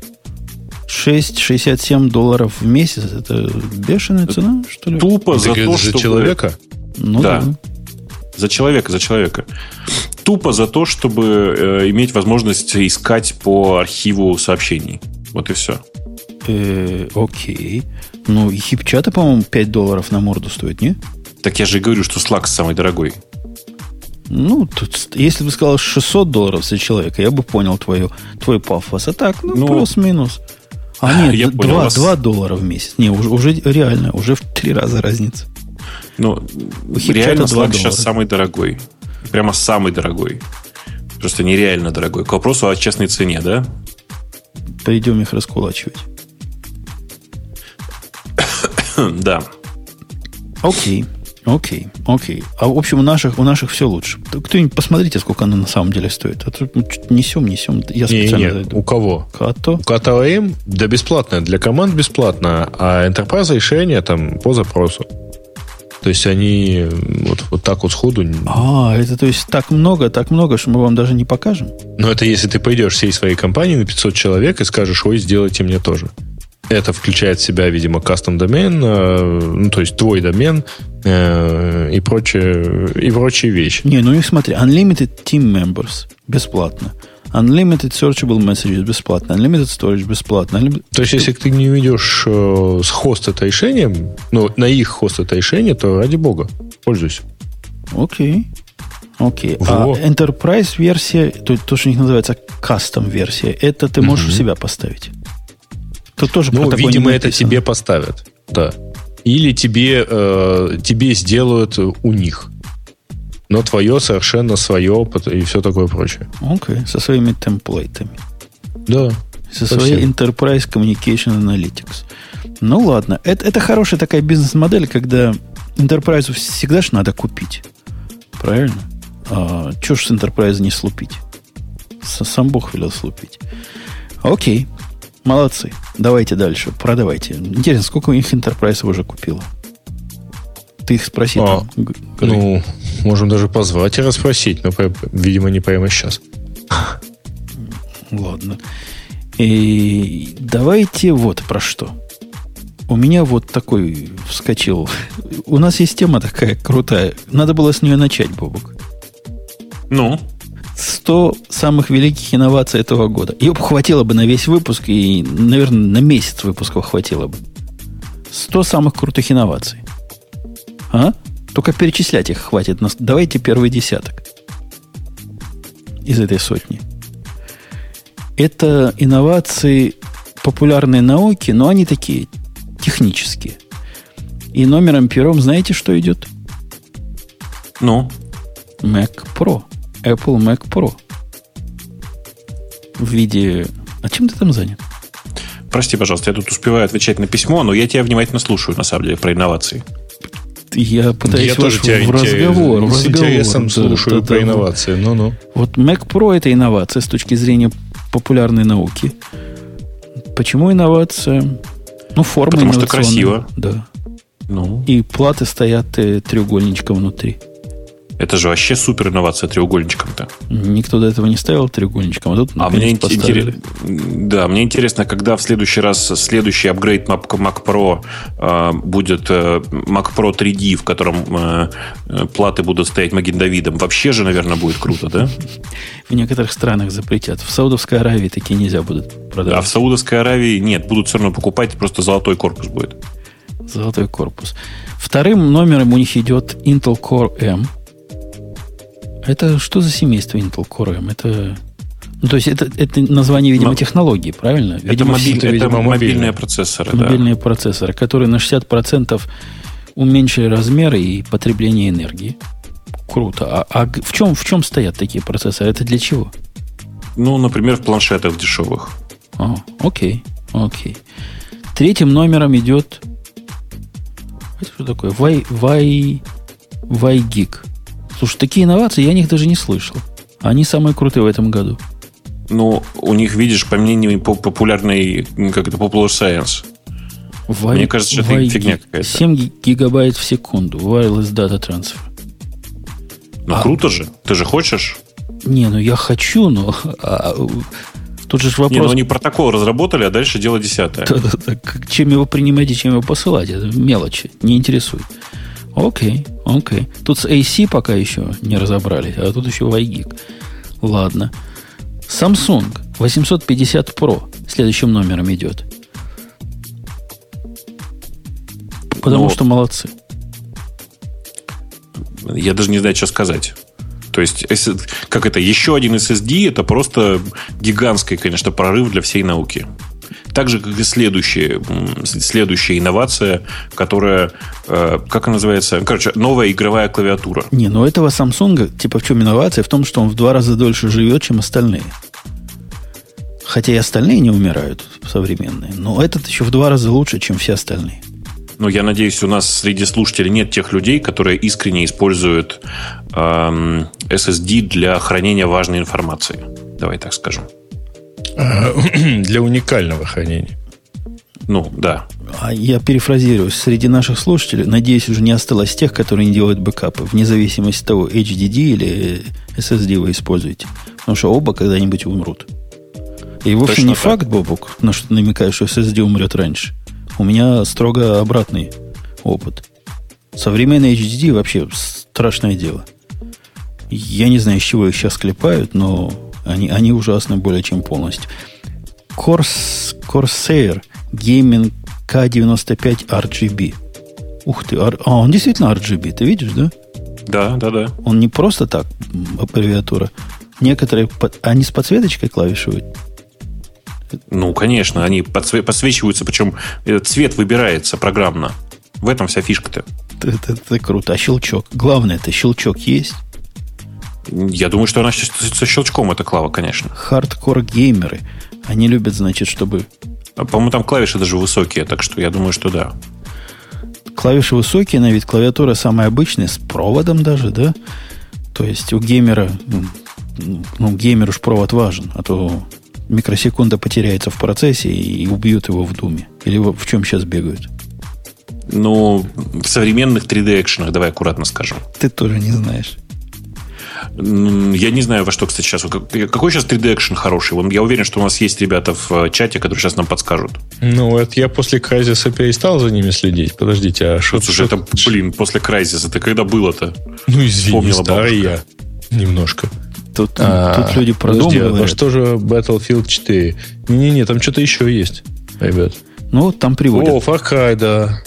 $6.67 в месяц. Это бешеная цена, что ли? Тупо за то, что... человека? Да. За человека. Тупо за то, чтобы иметь возможность искать по архиву сообщений. Вот и все. Окей. хипчата, по-моему, $5 на морду стоит, не? Так я же и говорю, что Slack самый дорогой. Тут, если бы сказал $600 за человека, я бы понял твой пафос. А так, плюс-минус. А нет, $2 в месяц. Не, уже реально, уже в 3 раза разница. Реально Slack сейчас самый дорогой. Прямо самый дорогой. Просто нереально дорогой. К вопросу о честной цене, да? Пойдем их раскулачивать. Да. Окей. А в общем, у наших все лучше. Кто-нибудь посмотрите, сколько оно на самом деле стоит. А то несем. Я специально зайду. У кого? Като. У Като AM, да, бесплатно. Для команд бесплатно. А Enterprise решение там по запросу. То есть они вот так вот сходу... Это то есть так много, что мы вам даже не покажем? Но это если ты пойдешь всей своей компании на 500 человек и скажешь, ой, сделайте мне тоже. Это включает в себя, видимо, custom домен, то есть твой домен и прочие вещи. Не, смотри, Unlimited Team Members бесплатно. Unlimited Searchable Messages бесплатно. Unlimited Storage бесплатно. То есть, если ты не ведешь с хост это решением, на их хост это решение, то ради бога, пользуйся. Окей. А Enterprise версия, то, что у них называется Custom версия, это ты можешь у себя поставить. Тут тоже видимо, это тебе поставят. Да. Или тебе сделают у них. Но твое совершенно свое и все такое прочее. Окей, со своими темплейтами. Да. Со своей Enterprise Communication Analytics. Ладно. Это хорошая такая бизнес-модель, когда Enterprise всегда ж надо купить. Правильно? Чего ж с Enterprise не слупить? Сам Бог велел слупить. Окей. Молодцы. Давайте дальше. Продавайте. Интересно, сколько у них Enterprise уже купило? Ты их спроси. Можем даже позвать и расспросить, но, видимо, не прямо сейчас. Ладно. И давайте вот про что. У меня вот такой вскочил. У нас есть тема такая крутая. Надо было с нее начать, Бобок. 100 самых великих инноваций этого года. Ее хватило бы на весь выпуск, и, наверное, на месяц выпусков хватило бы. 100 самых крутых инноваций. А? Только перечислять их хватит. Давайте первый десяток из этой сотни. Это инновации популярной науки, но они такие технические. И номером первым знаете, что идет? Ну? Mac Pro. Apple Mac Pro. В виде... А чем ты там занят? Прости, пожалуйста, я тут успеваю отвечать на письмо, но я тебя внимательно слушаю, на самом деле, про инновации. Я пытаюсь я тоже тебя в разговор. С интересом слушаю про инновации. Ну-ну. Вот Mac Pro – это инновация с точки зрения популярной науки. Почему инновация? Ну, форма потому что инновационная. красиво. Да. Ну. И платы стоят треугольничком внутри. Это же вообще супер инновация треугольничком-то. Никто до этого не ставил треугольничком, а тут мне интересно, когда в следующий раз следующий апгрейд Mac Pro будет Mac Pro 3D, в котором платы будут стоять Маген-Давидом. Вообще же, наверное, будет круто, да? В некоторых странах запретят. В Саудовской Аравии такие нельзя будут продавать. А в Саудовской Аравии нет, будут все равно покупать, просто золотой корпус будет. Золотой корпус. Вторым номером у них идет Intel Core M. Это что за семейство Intel Core M? Это, ну, то есть это название, видимо, технологии, правильно? Видимо, это мобильные процессоры. Мобильные процессоры, которые на 60% уменьшили размеры и потребление энергии. Круто. А в чем стоят такие процессоры? Это для чего? Ну, например, в планшетах дешевых. Окей. Третьим номером идет... Это что такое? WiGig. Слушай, такие инновации, я о них даже не слышал. Они самые крутые в этом году. Ну, у них, видишь, по мнению популярной, как это, Popular Science. Мне кажется, что это фигня какая-то. 7 гигабайт в секунду. Wireless Data Transfer. Ну, круто же. Ты же хочешь? Не, ну я хочу, но... Тут же вопрос... Не, ну они протокол разработали, а дальше дело десятое. Да. Чем его принимать и чем его посылать? Это мелочи. Не интересует. Окей. Тут с AC пока еще не разобрались, а тут еще WiGig. Ладно. Samsung 850 Pro следующим номером идет. Потому что молодцы. Я даже не знаю, что сказать. То есть, как это, еще один SSD, это просто гигантский, конечно, прорыв для всей науки. Так же, как и следующая инновация, которая, как она называется? Короче, новая игровая клавиатура. Не, ну этого Samsung, типа, в чем инновация? В том, что он в 2 раза дольше живет, чем остальные. Хотя и остальные не умирают, современные. Но этот еще в 2 раза лучше, чем все остальные. Ну, я надеюсь, у нас среди слушателей нет тех людей, которые искренне используют SSD для хранения важной информации. Давай так скажем. Для уникального хранения. Ну, да. А я перефразирую. Среди наших слушателей, надеюсь, уже не осталось тех, которые не делают бэкапы, вне зависимости от того, HDD или SSD вы используете. Потому что оба когда-нибудь умрут. И вовсе точно не так. Факт, Бобук, на что ты намекаешь, что SSD умрет раньше. У меня строго обратный опыт. Современные HDD вообще страшное дело. Я не знаю, из чего их сейчас клепают, но они ужасны более чем полностью. Corsair Gaming K95 RGB. Ух ты, он действительно RGB, ты видишь, да? Да. Он не просто так, аббревиатура. Некоторые, они с подсветочкой клавишуют. Ну, конечно, они подсвечиваются, причем цвет выбирается программно. В этом вся фишка-то. Это круто. А щелчок? Главное, это щелчок есть? Я думаю, что она со щелчком, эта клава, конечно. Хардкор-геймеры. Они любят, значит, чтобы... По-моему, там клавиши даже высокие, так что я думаю, что да. Клавиши высокие, на вид клавиатура самая обычная, с проводом даже, да? То есть у геймера... Ну, геймеру ж провод важен, а то микросекунда потеряется в процессе и убьют его в Думе. Или в чем сейчас бегают? Ну, в современных 3D-экшенах, давай аккуратно скажем. Ты тоже не знаешь. Я не знаю, во что, кстати, сейчас. Какой сейчас 3D-экшен хороший? Я уверен, что у нас есть ребята в чате, которые сейчас нам подскажут. Ну, это я после Crysis перестал за ними следить. Подождите, а что... Слушай, это, после Crysis. Это когда было-то? Ну, извини, старый я. Немножко. Тут люди продумывают. А что же Battlefield 4? Не-не-не, там что-то еще есть, ребят. Ну, вот там приводят. О, Far Cry, да.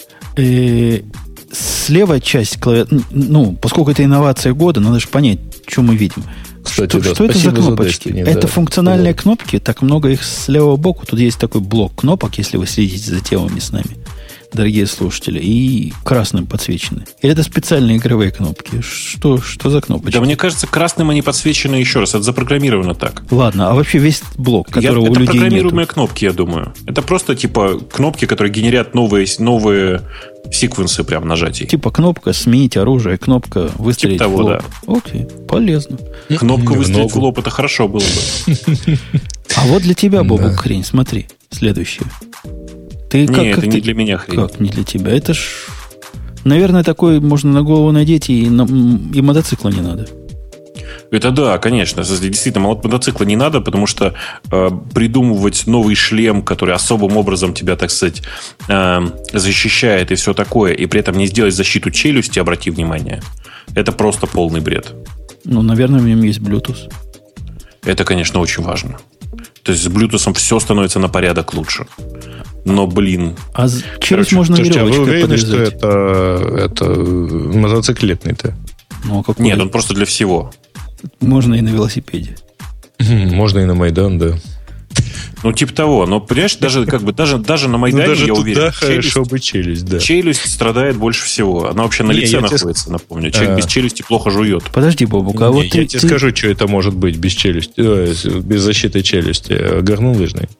Слева часть клавиатуры... Ну, поскольку это инновация года, надо же понять, что мы видим. Кстати, что это за кнопочки? Это функциональные кнопки, так много их с левого боку. Тут есть такой блок кнопок, если вы следите за темами с нами, дорогие слушатели, и красным подсвечены. Или это специальные игровые кнопки? Что за кнопочки? Да, мне кажется, красным они подсвечены еще раз. Это запрограммировано так. Ладно, а вообще весь блок, которого у людей это программируемые нету. кнопки, я думаю. Это просто типа кнопки, которые генерят новые секвенсы прям нажатий. Типа кнопка «Сменить оружие», кнопка «Выстрелить типа того, в лоб». да. Окей, полезно. Кнопка «Выстрелить в лоб» — это хорошо было бы. А вот для тебя, Бобук, хрень, смотри, следующее. Это не для меня хрень. Как не для тебя? Это ж, наверное, такой можно на голову надеть, и мотоцикла не надо. Это да, конечно. Действительно, мотоцикла не надо, потому что придумывать новый шлем, который особым образом тебя, так сказать, защищает и все такое, и при этом не сделать защиту челюсти, обрати внимание, это просто полный бред. Ну, наверное, в нем есть Bluetooth. Это, конечно, очень важно. То есть с Bluetooth все становится на порядок лучше. Но, блин... А челюсть можно веревочкой вы уверены, подвязать? что это мотоциклетный-то? Ну, а какой? Нет, он просто для всего. Можно и на велосипеде. Можно и на Майдан, да. Ну, типа того. Но, понимаешь, даже на Майдане, даже я уверен, туда хорошо бы челюсть, да. челюсть страдает больше всего. Она вообще на лице находится, напомню. Человек без челюсти плохо жует. Подожди, Бобук, а вот я тебе скажу, что это может быть без челюсти, без защиты челюсти. Горнолыжный.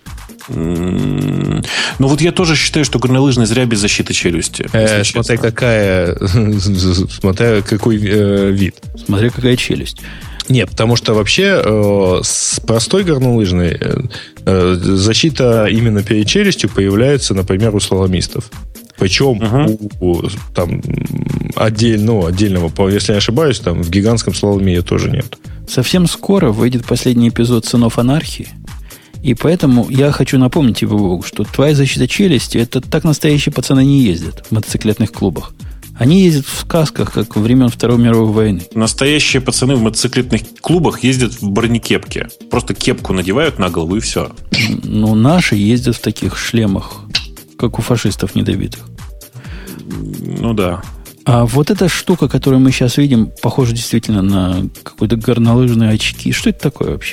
Ну, вот я тоже считаю, что горнолыжный зря без защиты челюсти. Смотря какой вид. Смотря какая челюсть. Нет, потому что вообще с простой горнолыжной защита именно перед челюстью появляется, например, у слаломистов. Причем у там, отдельного, если я не ошибаюсь, там в гигантском слаломе ее тоже нет. Совсем скоро выйдет последний эпизод «Сынов анархии». И поэтому я хочу напомнить тебе, Бог, что твоя защита челюсти, это так настоящие пацаны не ездят в мотоциклетных клубах. Они ездят в сказках, как во времен Второй мировой войны. Настоящие пацаны в мотоциклетных клубах ездят в бронекепке. Просто кепку надевают на голову и все. Ну, наши ездят в таких шлемах, как у фашистов недобитых. Ну да. А вот эта штука, которую мы сейчас видим, похожа действительно на какие-то горнолыжные очки. Что это такое вообще?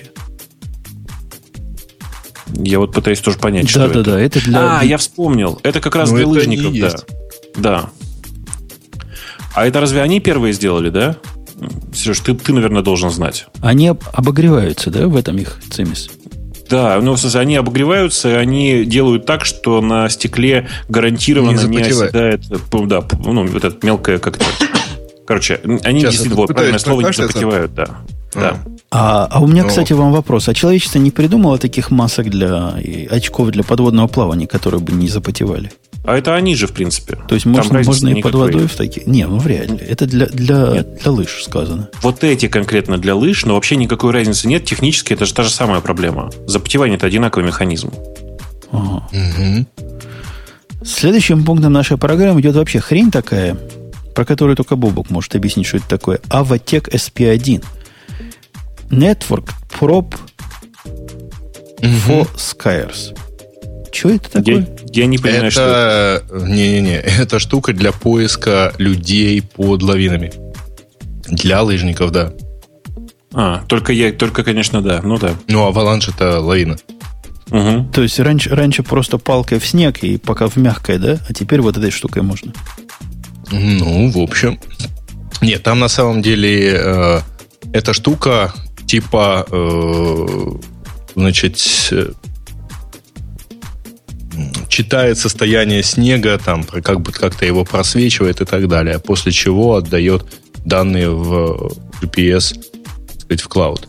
Я вот пытаюсь тоже понять, что это. Да, это для... я вспомнил. Это как раз для лыжников, да. Да. А это разве они первые сделали, да? Сереж, ты, наверное, должен знать. Они обогреваются, да, в этом их цимис? Да, ну, в смысле, они обогреваются, и они делают так, что на стекле гарантированно не оседает... Да, ну, вот это мелкое как-то... Короче, они действительно, вот, правильное слово, не запотевают, да. Да. А у меня, кстати, вам вопрос. А человечество не придумало таких масок для очков для подводного плавания, которые бы не запотевали? А это они же, в принципе. То есть можно и под водой в такие? Не, ну вряд ли. Это для лыж сказано. Вот эти конкретно для лыж, но вообще никакой разницы нет. Технически это же та же самая проблема. Запотевание – это одинаковый механизм. Ага. Угу. Следующим пунктом нашей программы идет вообще хрень такая, про которую только Бобок может объяснить, что это такое. Avotec SP1. Network Probe for Skiers. Что это такое? Я не понимаю, что это. Не-не-не. Это штука для поиска людей под лавинами. Для лыжников, да. Только, конечно, да. Ну да. Ну, аваланж это лавина. Угу. То есть раньше просто палкой в снег и пока в мягкое, да? А теперь вот этой штукой можно. Ну, в общем. Нет, там на самом деле эта штука типа, читает состояние снега, там, как-то его просвечивает и так далее, после чего отдает данные в GPS, так сказать, в клауд.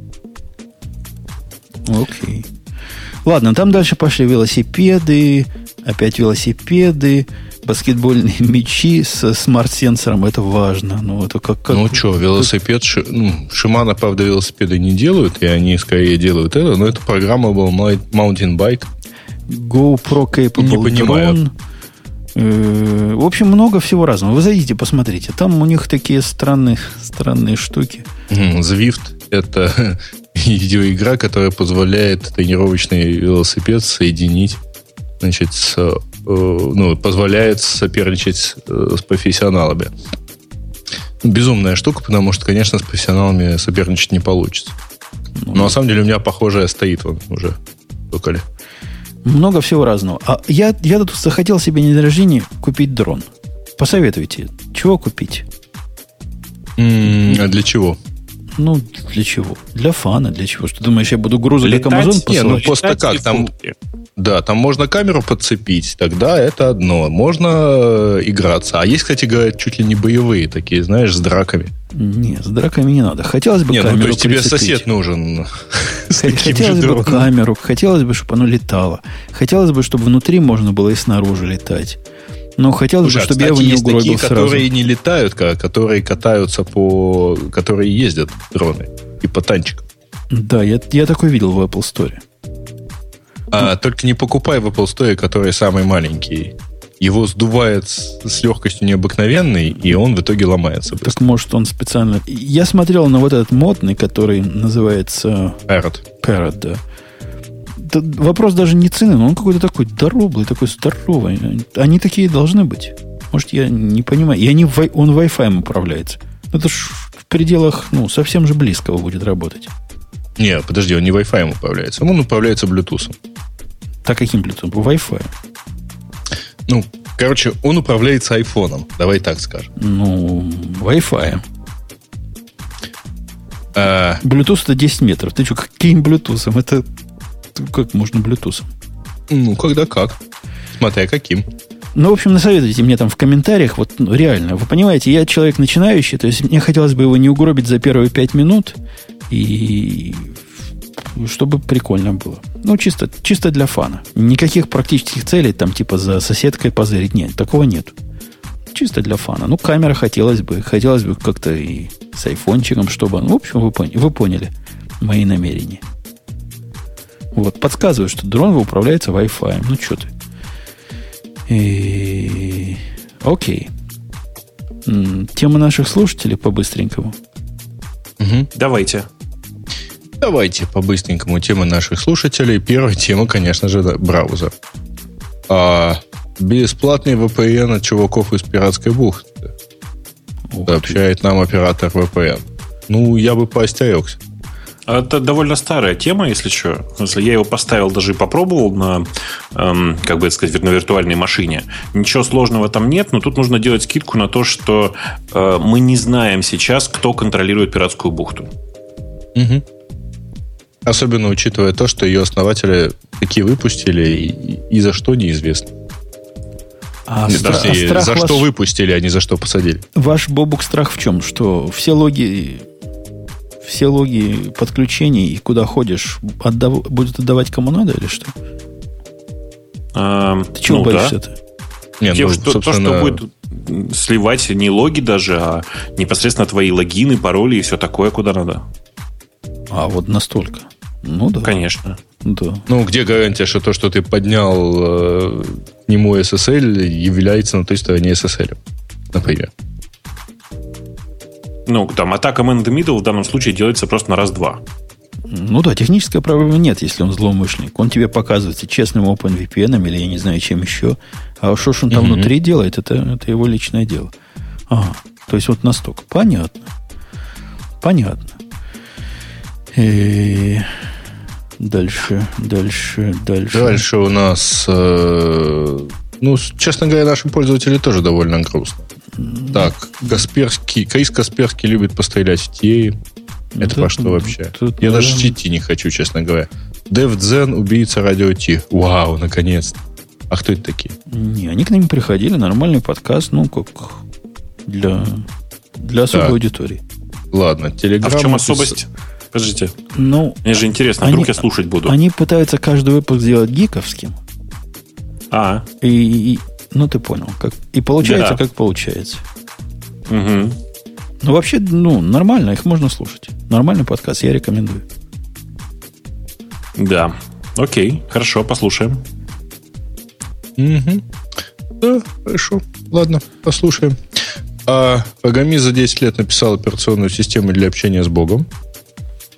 Окей. Ладно, там дальше пошли велосипеды, опять велосипеды, баскетбольные мячи с смарт-сенсором. Это важно. Ну, это как ну, что, велосипед... Shimano, правда, велосипеды не делают, и они скорее делают это, но это программable mountain bike. GoPro Capable Drone. В общем, много всего разного. Вы зайдите, посмотрите. Там у них такие странные штуки. Zwift. это видеоигра, которая позволяет тренировочный велосипед соединить, значит, позволяет соперничать с профессионалами. Безумная штука, потому что, конечно, с профессионалами соперничать не получится. Но на самом деле у меня похожая стоит вон уже. Только ли. Много всего разного. А я тут захотел себе на день рождения купить дрон. Посоветуйте, чего купить? А для чего? Ну, для чего? Для фана, для чего? Что думаешь, я буду грузы как Amazon посылать? Ну, просто как, там... Да, там можно камеру подцепить, тогда это одно. Можно играться. А есть, кстати говоря, чуть ли не боевые такие, знаешь, с драками. Нет, с драками не надо. Хотелось бы камеру то есть прицепить. тебе сосед нужен. Хотелось бы камеру, хотелось бы, чтобы оно летало. Хотелось бы, чтобы внутри можно было и снаружи летать. Но хотелось бы, чтобы я его не угробил сразу. Которые не летают, которые катаются которые ездят дроны. И по танчикам. Да, я такой видел в Apple Store. Только не покупай в Apple Store, который самый маленький. Его сдувает с легкостью необыкновенной, и он в итоге ломается. Так может он специально... Я смотрел на вот этот модный, который называется... Parrot, да. Вопрос даже не цены, но он какой-то такой дороблый, такой здоровый. Они такие должны быть. Может, я не понимаю. Он Wi-Fi управляется. Это ж в пределах, совсем же близкого будет работать. Не, подожди, он не Wi-Fi управляется. Он управляется Bluetooth. Так каким Bluetooth? Wi-Fi. Он управляется айфоном. Давай так скажем. Wi-Fi. Bluetooth это 10 метров. Ты что, каким Bluetooth? Это как можно Bluetooth? Когда как. Смотря каким. В общем, насоветуйте мне там в комментариях. Реально, вы понимаете, я человек начинающий, то есть мне хотелось бы его не угробить за первые 5 минут, и чтобы прикольно было. Чисто для фана. Никаких практических целей, там типа за соседкой позырить. Нет, такого нет. Чисто для фана. Камера хотелось бы как-то и с айфончиком, чтобы... в общем, вы поняли мои намерения. Подсказываю, что дрон управляется Wi-Fi. Что ты? Окей. Тема наших слушателей по-быстренькому. Угу. Давайте по-быстренькому темы наших слушателей. Первая тема, конечно же, браузер. Бесплатный VPN от чуваков из пиратской бухты. Сообщает нам оператор VPN. Я бы поостерегся. Это довольно старая тема, если что. В смысле, я его поставил, даже и попробовал на, на виртуальной машине. Ничего сложного там нет, но тут нужно делать скидку на то, что мы не знаем сейчас, кто контролирует пиратскую бухту. Угу. Особенно учитывая то, что ее основатели такие выпустили, и за что неизвестно. За что выпустили, а не за что посадили. Ваш, Бобук, страх в чем? Что все логи подключений и куда ходишь будут отдавать кому надо или что? Ты чего боишься-то? То, что будет сливать не логи даже, а непосредственно твои логины, пароли и все такое, куда надо. Настолько. Да. Конечно. Да. Где гарантия, что то, что ты поднял к нему SSL, является на той стороне SSL, например? атака man in the middle в данном случае делается просто на раз-два. Технической проблемы нет, если он злоумышленник. Он тебе показывается честным OpenVPN или я не знаю, чем еще. А что ж он там внутри делает, это его личное дело. То есть настолько. Понятно. Дальше. Дальше у нас, честно говоря, наши пользователи тоже довольно грустно. Так, Крис Касперский любит пострелять в TA. Это по что вообще? Я даже идти не хочу, честно говоря. DevZen, убийца радио T. Вау, наконец-то. А кто это такие? Не, они к нам приходили, нормальный подкаст, как для особой аудитории. Ладно, Telegram. А в чем особость? Подождите. Мне же интересно, вдруг я слушать буду. Они пытаются каждый выпуск сделать гиковским. И ты понял. И получается, как получается. Угу. Вообще, нормально, их можно слушать. Нормальный подкаст, я рекомендую. Да. Окей, хорошо, послушаем. Угу. Да, хорошо. Ладно, послушаем. Программист за 10 лет написал операционную систему для общения с Богом.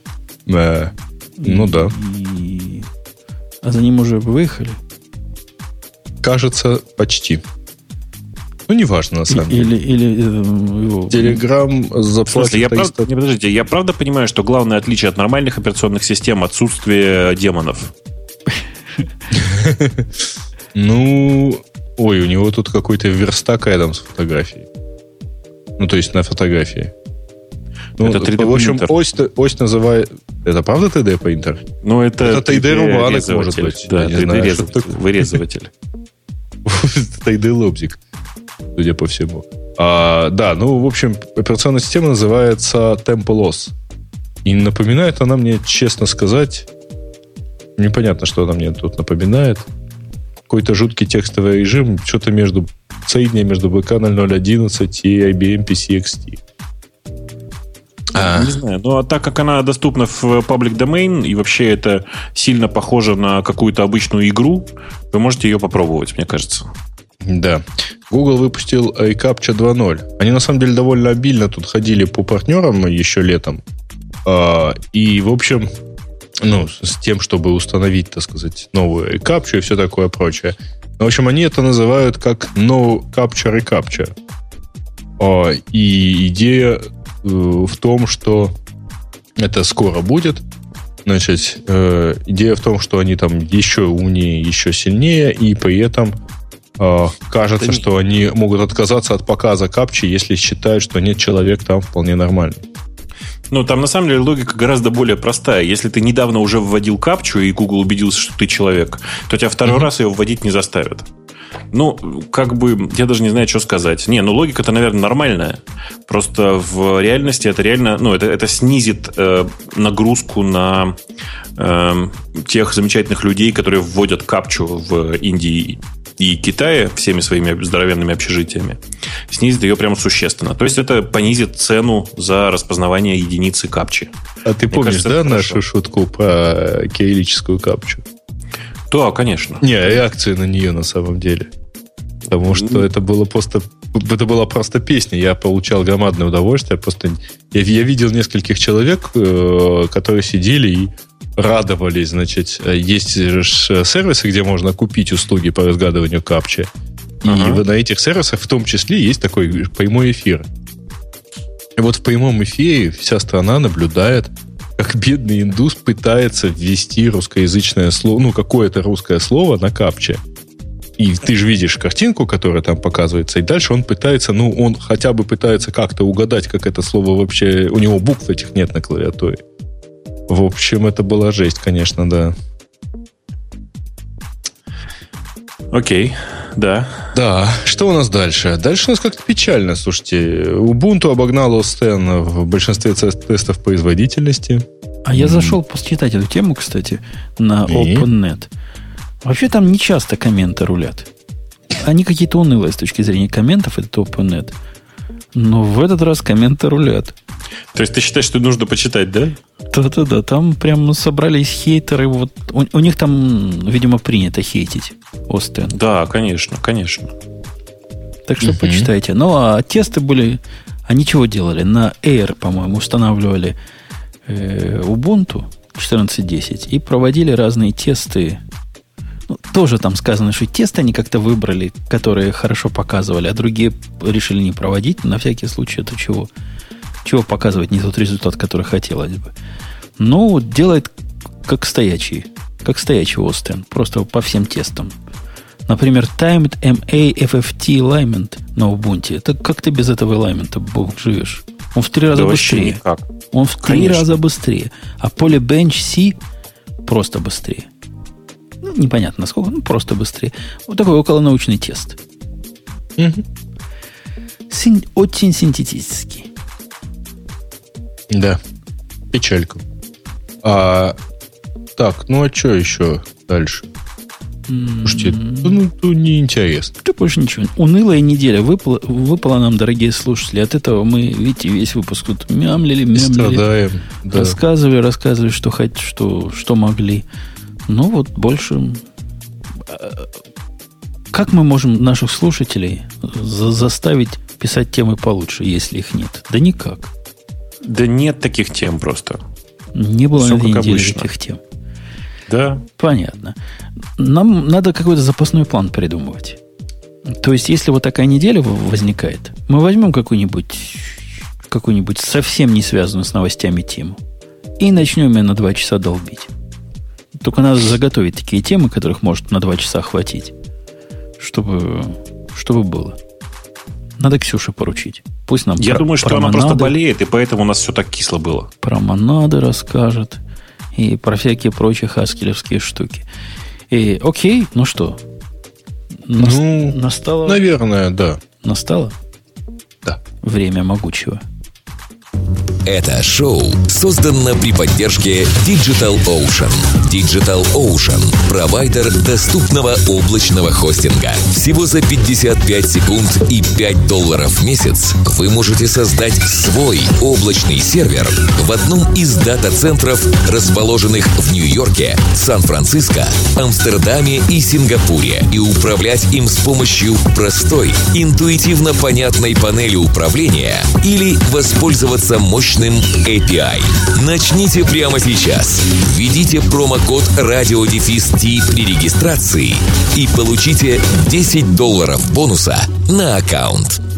Ну да. А за ним уже выехали? Кажется, почти. Ну, неважно, на самом деле. Telegram заплатит... Подождите, я правда понимаю, что главное отличие от нормальных операционных систем — отсутствие демонов? Ну, ой, у него тут какой-то верстак рядом с фотографией. Ну, то есть на фотографии. Ну, это 3D-принтер. В общем, ось называет... Это правда 3D-принтер? Ну, это 3D-рубанок, может быть. Да, 3D-вырезыватель. 3D-лобзик, судя по всему. Да, ну, в общем, операционная система называется Tempelos. И напоминает она мне, честно сказать, непонятно, что она мне тут напоминает. Какой-то жуткий текстовый режим, что-то среднее между BK0011 и IBM PCXT. Не знаю, но так как она доступна в public domain и вообще это сильно похоже на какую-то обычную игру, вы можете ее попробовать, мне кажется. Да. Google выпустил iCaptcha 2.0. Они на самом деле довольно обильно тут ходили по партнерам еще летом. И, в общем, с тем, чтобы установить, так сказать, новую iCaptcha и все такое прочее. В общем, они это называют как No Capture iCaptcha. И идея в том, что это скоро будет. Значит, идея в том, что они там еще умнее, еще сильнее, и при этом кажется, что они могут отказаться от показа капчи, если считают, что нет, человек там вполне нормальный. Ну, там на самом деле логика гораздо более простая. Если ты недавно уже вводил капчу, и Google убедился, что ты человек, то тебя второй раз ее вводить не заставят. Ну, я даже не знаю, что сказать. Логика-то, наверное, нормальная. Просто в реальности это реально, это снизит нагрузку на тех замечательных людей, которые вводят капчу в Индии и Китае всеми своими здоровенными общежитиями. Снизит ее прямо существенно. То есть это понизит цену за распознавание единицы капчи. А ты помнишь, да, нашу шутку про кириллическую капчу? Да, конечно. Реакцию на нее на самом деле. Потому что это была просто песня. Я получал громадное удовольствие. Я видел нескольких человек, которые сидели и радовались. Значит, есть сервисы, где можно купить услуги по разгадыванию капчи. И на этих сервисах в том числе есть такой прямой эфир. И вот в прямом эфире вся страна наблюдает, как бедный индус пытается ввести русскоязычное слово, какое-то русское слово на капче. И ты же видишь картинку, которая там показывается, и дальше он пытается, он хотя бы пытается как-то угадать, как это слово вообще... У него букв этих нет на клавиатуре. В общем, это была жесть, конечно, да. Окей, да. Да, что у нас дальше? Дальше у нас как-то печально, слушайте. Ubuntu обогнал OS X в большинстве тестов производительности. А я зашел почитать эту тему, кстати, на OpenNet. Вообще там не часто комменты рулят. Они какие-то унылые с точки зрения комментов, этот OpenNet. Но в этот раз комменты рулят. То есть ты считаешь, что нужно почитать, да? Да. Там прям собрались хейтеры. Вот у них там, видимо, принято хейтить OS X. Да, конечно. Так что почитайте. А тесты были... Они чего делали? На Air, по-моему, устанавливали Ubuntu 14.10 и проводили разные тесты. Тоже там сказано, что тесты они как-то выбрали, которые хорошо показывали, а другие решили не проводить. На всякий случай это чего? Чего показывать не тот результат, который хотелось бы. Делает как стоячий OS X. Просто по всем тестам. Например, Timed MA FFT Alignment на Ubuntu. Это как ты без этого alignment, Бог, живешь? Он в 3 раза быстрее. Никак. Он в 3 раза быстрее. А Polybench C просто быстрее. Непонятно насколько, просто быстрее. Вот такой околонаучный тест. Очень синтетический. Да. Печалька. Так, а что еще дальше? Слушайте, неинтересно. Что больше ничего. Унылая неделя выпала нам, дорогие слушатели. От этого мы, видите, весь выпуск тут мямлили. Страдаем. Да. Рассказывали, что могли. Больше... Как мы можем наших слушателей заставить писать темы получше, если их нет? Да никак. Да нет таких тем просто. Не было на этой неделе этих тем. Да. Понятно. Нам надо какой-то запасной план придумывать. То есть, если вот такая неделя возникает, мы возьмем какую-нибудь совсем не связанную с новостями тему и начнем ее на 2 часа долбить. Только надо заготовить такие темы, которых может на 2 часа хватить, чтобы было. Надо Ксюше поручить. Пусть нам Я думаю, что она просто болеет, и поэтому у нас все так кисло было. Про монады расскажет. И про всякие прочие хаскелевские штуки. И окей, ну что? Настало? Наверное, да. Настало? Да. Время могучего. Это шоу создано при поддержке Digital Ocean. Digital Ocean – провайдер доступного облачного хостинга. Всего за 55 секунд и $5 в месяц вы можете создать свой облачный сервер в одном из дата-центров, расположенных в Нью-Йорке, Сан-Франциско, Амстердаме и Сингапуре, и управлять им с помощью простой, интуитивно понятной панели управления или воспользоваться мощным API. Начните прямо сейчас. Введите промокод RadioDefist при регистрации и получите $10 бонуса на аккаунт.